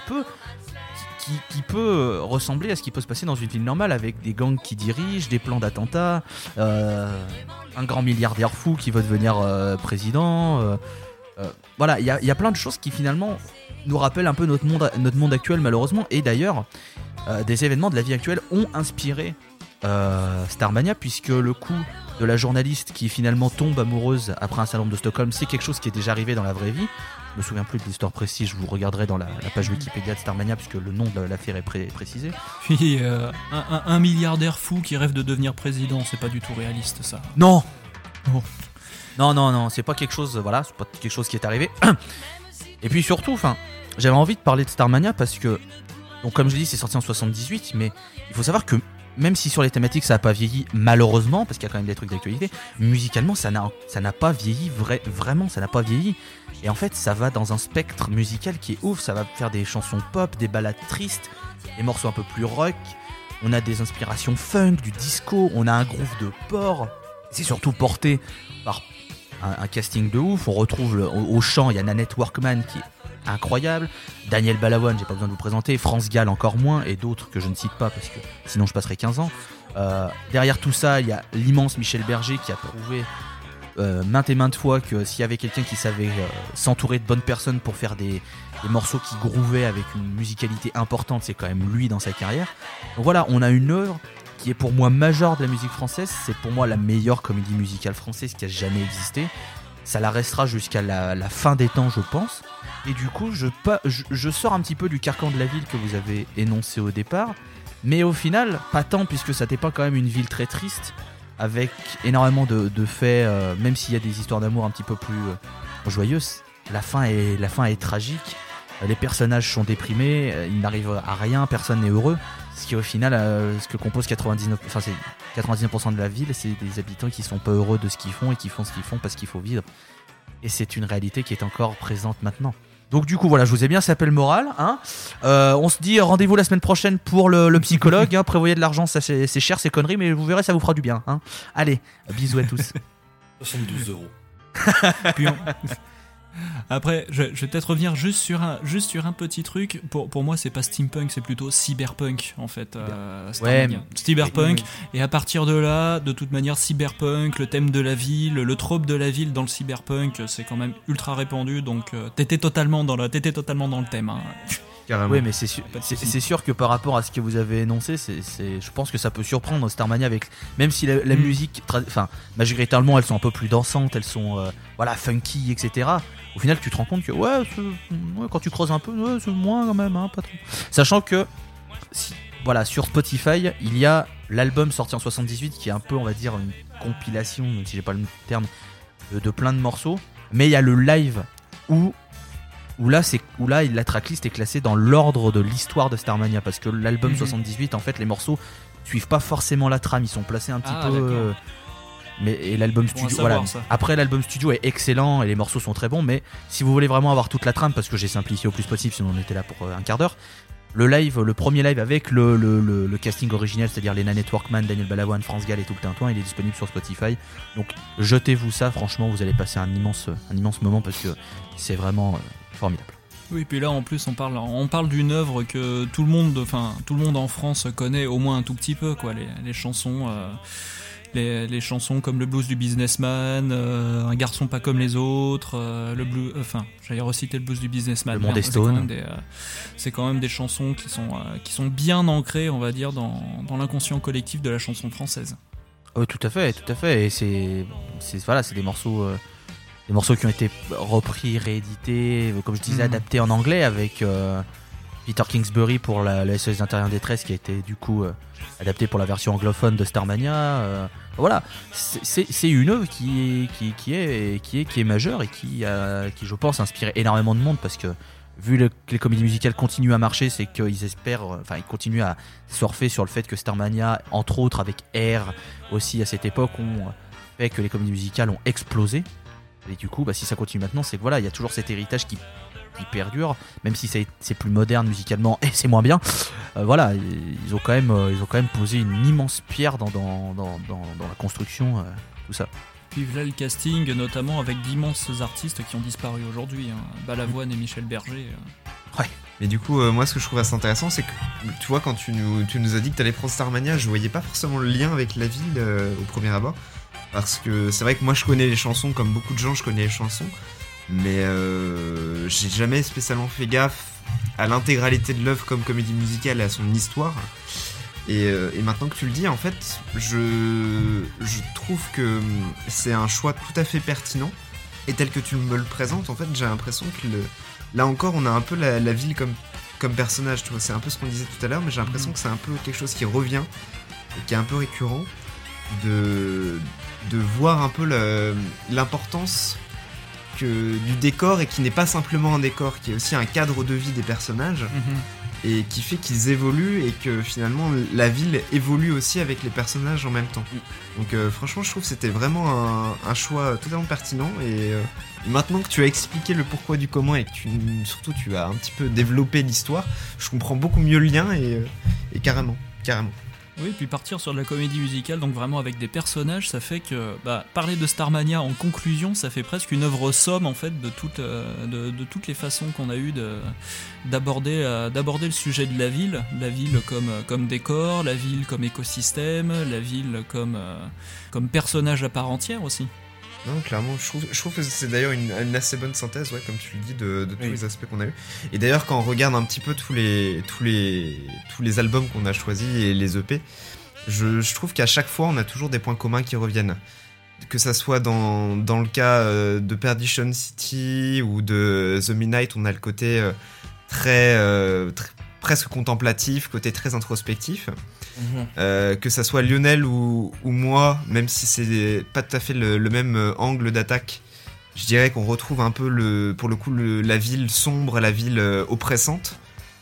peut ressembler à ce qui peut se passer dans une ville normale, avec des gangs qui dirigent, des plans d'attentats, un grand milliardaire fou qui veut devenir président. Voilà, il y a plein de choses qui finalement nous rappellent un peu notre monde actuel, malheureusement. Et d'ailleurs, des événements de la vie actuelle ont inspiré Starmania, puisque le coup de la journaliste qui finalement tombe amoureuse après un syndrome de Stockholm, c'est quelque chose qui est déjà arrivé dans la vraie vie. Je me souviens plus de l'histoire précise, je vous regarderai dans la page Wikipédia de Starmania, puisque le nom de l'affaire est précisé. Puis un milliardaire fou qui rêve de devenir président, c'est pas du tout réaliste ça. Non. Oh. Non, c'est pas quelque chose, voilà, c'est pas quelque chose qui est arrivé. Et puis surtout, j'avais envie de parler de Starmania parce que, donc comme je dis, c'est sorti en 78, mais il faut savoir que même si sur les thématiques ça n'a pas vieilli, malheureusement, parce qu'il y a quand même des trucs d'actualité, musicalement ça n'a pas vieilli, vraiment ça n'a pas vieilli. Et en fait ça va dans un spectre musical qui est ouf, ça va faire des chansons pop, des ballades tristes, des morceaux un peu plus rock, on a des inspirations funk, du disco, on a un groove de porc, c'est surtout porté par un casting de ouf. On retrouve au chant, il y a Nanette Workman qui est incroyable, Daniel Balavoine, j'ai pas besoin de vous présenter, France Gall encore moins, et d'autres que je ne cite pas parce que sinon je passerai 15 ans. Derrière tout ça, il y a l'immense Michel Berger qui a prouvé maintes et maintes fois que s'il y avait quelqu'un qui savait s'entourer de bonnes personnes pour faire des morceaux qui groovaient avec une musicalité importante, c'est quand même lui dans sa carrière. Donc voilà, on a une œuvre qui est pour moi majeure de la musique française. C'est pour moi la meilleure comédie musicale française qui a jamais existé. Ça la restera jusqu'à la fin des temps, je pense. Et du coup, je sors un petit peu du carcan de la ville que vous avez énoncé au départ. Mais au final, pas tant, puisque ça n'était pas quand même une ville très triste, avec énormément de faits, même s'il y a des histoires d'amour un petit peu plus joyeuses. La fin est tragique. Les personnages sont déprimés, il n'arrive à rien, personne n'est heureux. Ce qui au final, ce que compose 99% de la ville, c'est des habitants qui sont pas heureux de ce qu'ils font et qui font ce qu'ils font parce qu'il faut vivre. Et c'est une réalité qui est encore présente maintenant. Donc du coup voilà, je vous ai bien sapé le moral. On se dit rendez-vous la semaine prochaine pour le psychologue. Prévoyez de l'argent, ça c'est cher ces conneries, mais vous verrez, ça vous fera du bien. Allez, bisous à tous. 72 €. Puis après, je vais peut-être revenir juste sur un petit truc. Pour moi, c'est pas steampunk, c'est plutôt cyberpunk en fait. Cyberpunk. Oui. Et à partir de là, de toute manière, cyberpunk, le thème de la ville, le trope de la ville dans le cyberpunk, c'est quand même ultra répandu. Donc, t'étais totalement dans le thème. Oui, mais c'est sûr que par rapport à ce que vous avez énoncé, je pense que ça peut surprendre Starmania, avec même si la musique, majoritairement, elles sont un peu plus dansantes, elles sont funky, etc. Au final, tu te rends compte que quand tu creuses un peu, c'est moins quand même, pas trop. Sachant que sur Spotify, il y a l'album sorti en 78 qui est un peu, on va dire, une compilation, même si j'ai pas le terme, de plein de morceaux. Mais il y a le live où là la tracklist est classée dans l'ordre de l'histoire de Starmania, parce que l'album 78, en fait, les morceaux suivent pas forcément la trame, ils sont placés un petit peu. Et l'album studio, après l'album studio est excellent et les morceaux sont très bons, mais si vous voulez vraiment avoir toute la trame, parce que j'ai simplifié au plus possible, sinon on était là pour un quart d'heure. Le premier live avec le casting original, c'est-à-dire les Nanette Workman, Daniel Balavoine, France Gall et tout le tintouin, il est disponible sur Spotify. Donc jetez-vous ça, franchement, vous allez passer un immense moment parce que c'est vraiment formidable. Oui, puis là en plus on parle d'une œuvre que tout le monde en France connaît au moins un tout petit peu, quoi. Les chansons les chansons comme le blues du businessman, un garçon pas comme les autres, le blues, j'allais reciter le blues du businessman. Le monde est stone. C'est quand même des chansons qui sont bien ancrées, on va dire, dans l'inconscient collectif de la chanson française. Oui, tout à fait. Et c'est des morceaux qui ont été repris, réédités, comme je disais, adaptés en anglais avec Peter Kingsbury pour la SOS d'Intérieur Détresse qui a été du coup adapté pour la version anglophone de Starmania. Voilà, c'est une œuvre qui est majeure et qui je pense inspiré énormément de monde, parce que vu que les comédies musicales continuent à marcher, c'est qu'ils espèrent, ils continuent à surfer sur le fait que Starmania, entre autres avec R aussi à cette époque, ont fait que les comédies musicales ont explosé. Et du coup, si ça continue maintenant, c'est que voilà, il y a toujours cet héritage qui perdure, même si c'est plus moderne musicalement et c'est moins bien. Voilà, ils ont quand même posé une immense pierre dans la construction, tout ça. Puis là le casting, notamment avec d'immenses artistes qui ont disparu aujourd'hui, Balavoine et Michel Berger. Ouais. Mais du coup, moi ce que je trouve assez intéressant, c'est que tu vois, quand tu nous as dit que t'allais prendre Starmania, je voyais pas forcément le lien avec la ville au premier abord. Parce que c'est vrai que moi je connais les chansons, comme beaucoup de gens je connais les chansons, mais j'ai jamais spécialement fait gaffe à l'intégralité de l'œuvre comme comédie musicale et à son histoire. Et maintenant que tu le dis, en fait, je trouve que c'est un choix tout à fait pertinent. Et tel que tu me le présentes, en fait, j'ai l'impression que là encore, on a un peu la ville comme personnage. Tu vois, c'est un peu ce qu'on disait tout à l'heure, mais j'ai l'impression que c'est un peu quelque chose qui revient et qui est un peu récurrent, de voir un peu l'importance du décor, et qui n'est pas simplement un décor, qui est aussi un cadre de vie des personnages. Et qui fait qu'ils évoluent, et que finalement la ville évolue aussi avec les personnages en même temps. Donc franchement, je trouve que c'était vraiment un choix totalement pertinent. Et maintenant que tu as expliqué le pourquoi du comment, et que surtout tu as un petit peu développé l'histoire, je comprends beaucoup mieux le lien, et carrément. Oui, puis partir sur de la comédie musicale, donc vraiment avec des personnages, ça fait que parler de Starmania en conclusion, ça fait presque une œuvre somme en fait de toutes les façons qu'on a eu d'aborder le sujet de la ville comme décor, la ville comme écosystème, la ville comme personnage à part entière aussi. Non, clairement, je trouve que c'est d'ailleurs une assez bonne synthèse, ouais, comme tu le dis, de tous les aspects qu'on a eu. Et d'ailleurs, quand on regarde un petit peu tous les albums qu'on a choisis et les EP, je trouve qu'à chaque fois, on a toujours des points communs qui reviennent. Que ça soit dans le cas de Perdition City ou de The Midnight, on a le côté très presque contemplatif, côté très introspectif. Que ça soit Lionel ou moi, même si c'est pas tout à fait le même angle d'attaque, je dirais qu'on retrouve un peu pour le coup la ville sombre, la ville oppressante.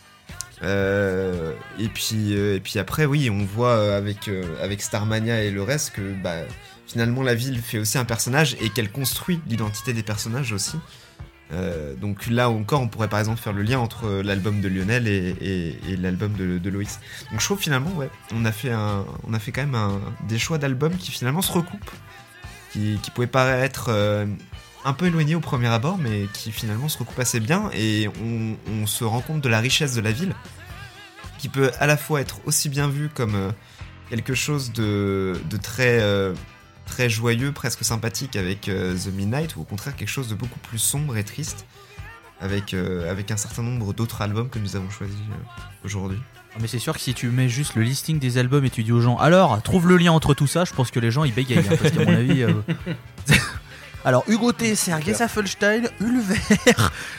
Et puis après, oui, on voit avec Starmania et le reste que finalement la ville fait aussi un personnage, et qu'elle construit l'identité des personnages aussi. Donc là encore, on pourrait par exemple faire le lien entre l'album de Lionel et l'album de Loïs. Donc je trouve finalement, ouais, on a fait quand même des choix d'albums qui finalement se recoupent, qui pouvaient paraître un peu éloignés au premier abord, mais qui finalement se recoupent assez bien, et on se rend compte de la richesse de la ville, qui peut à la fois être aussi bien vu comme quelque chose de très joyeux, presque sympathique avec The Midnight, ou au contraire quelque chose de beaucoup plus sombre et triste avec un certain nombre d'autres albums que nous avons choisis aujourd'hui. Mais c'est sûr que si tu mets juste le listing des albums et tu dis aux gens alors trouve le lien entre tout ça, je pense que les gens ils bégayent, parce qu'à mon avis alors Hugo T, Sergei Saffelstein, Ulver,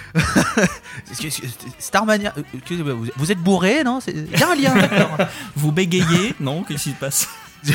Starmania, vous êtes bourré, non? Il y a un lien, d'accord. Vous bégayez, non? Qu'est-ce qui se passe?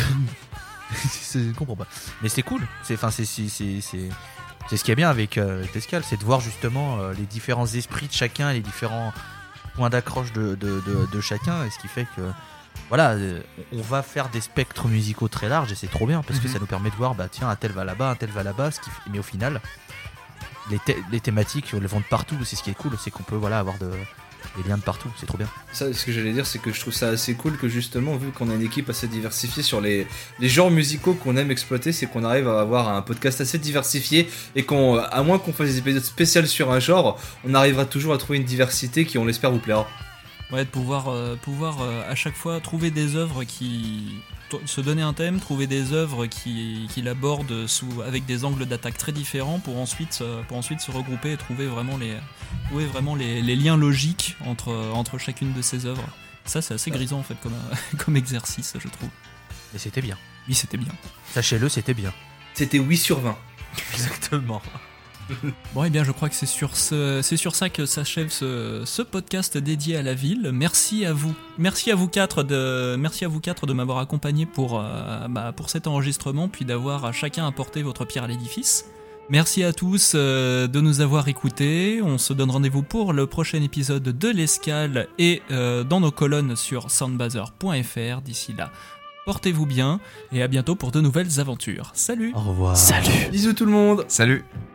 Je comprends pas. Mais c'est cool. C'est ce qui est bien avec Pascal, c'est de voir justement les différents esprits de chacun, les différents points d'accroche de chacun, et ce qui fait que voilà, on va faire des spectres musicaux très larges, et c'est trop bien parce que ça nous permet de voir tiens, un tel va là-bas, mais au final les thématiques elles vont de partout. C'est ce qui est cool, c'est qu'on peut avoir des liens de partout, c'est trop bien. Ça, ce que j'allais dire, c'est que je trouve ça assez cool que justement, vu qu'on a une équipe assez diversifiée sur les genres musicaux qu'on aime exploiter, c'est qu'on arrive à avoir un podcast assez diversifié, et à moins qu'on fasse des épisodes spéciaux sur un genre, on arrivera toujours à trouver une diversité qui, on l'espère, vous plaira. Ouais, de pouvoir à chaque fois trouver des œuvres qui se donner un thème, trouver des œuvres qu'il aborde avec des angles d'attaque très différents pour ensuite se regrouper et trouver vraiment les liens logiques entre chacune de ces œuvres. Ça, c'est assez grisant en fait comme exercice, je trouve. Mais c'était bien. Oui, c'était bien. Sachez-le, c'était bien. C'était 8 sur 20. Exactement. Bon, eh bien, je crois que c'est sur ça que s'achève ce podcast dédié à la ville. Merci à vous. Merci à vous quatre de m'avoir accompagné pour cet enregistrement, puis d'avoir chacun apporté votre pierre à l'édifice. Merci à tous de nous avoir écoutés. On se donne rendez-vous pour le prochain épisode de l'Escale et dans nos colonnes sur soundbazer.fr. D'ici là, portez-vous bien et à bientôt pour de nouvelles aventures. Salut. Au revoir. Salut. Bisous tout le monde. Salut.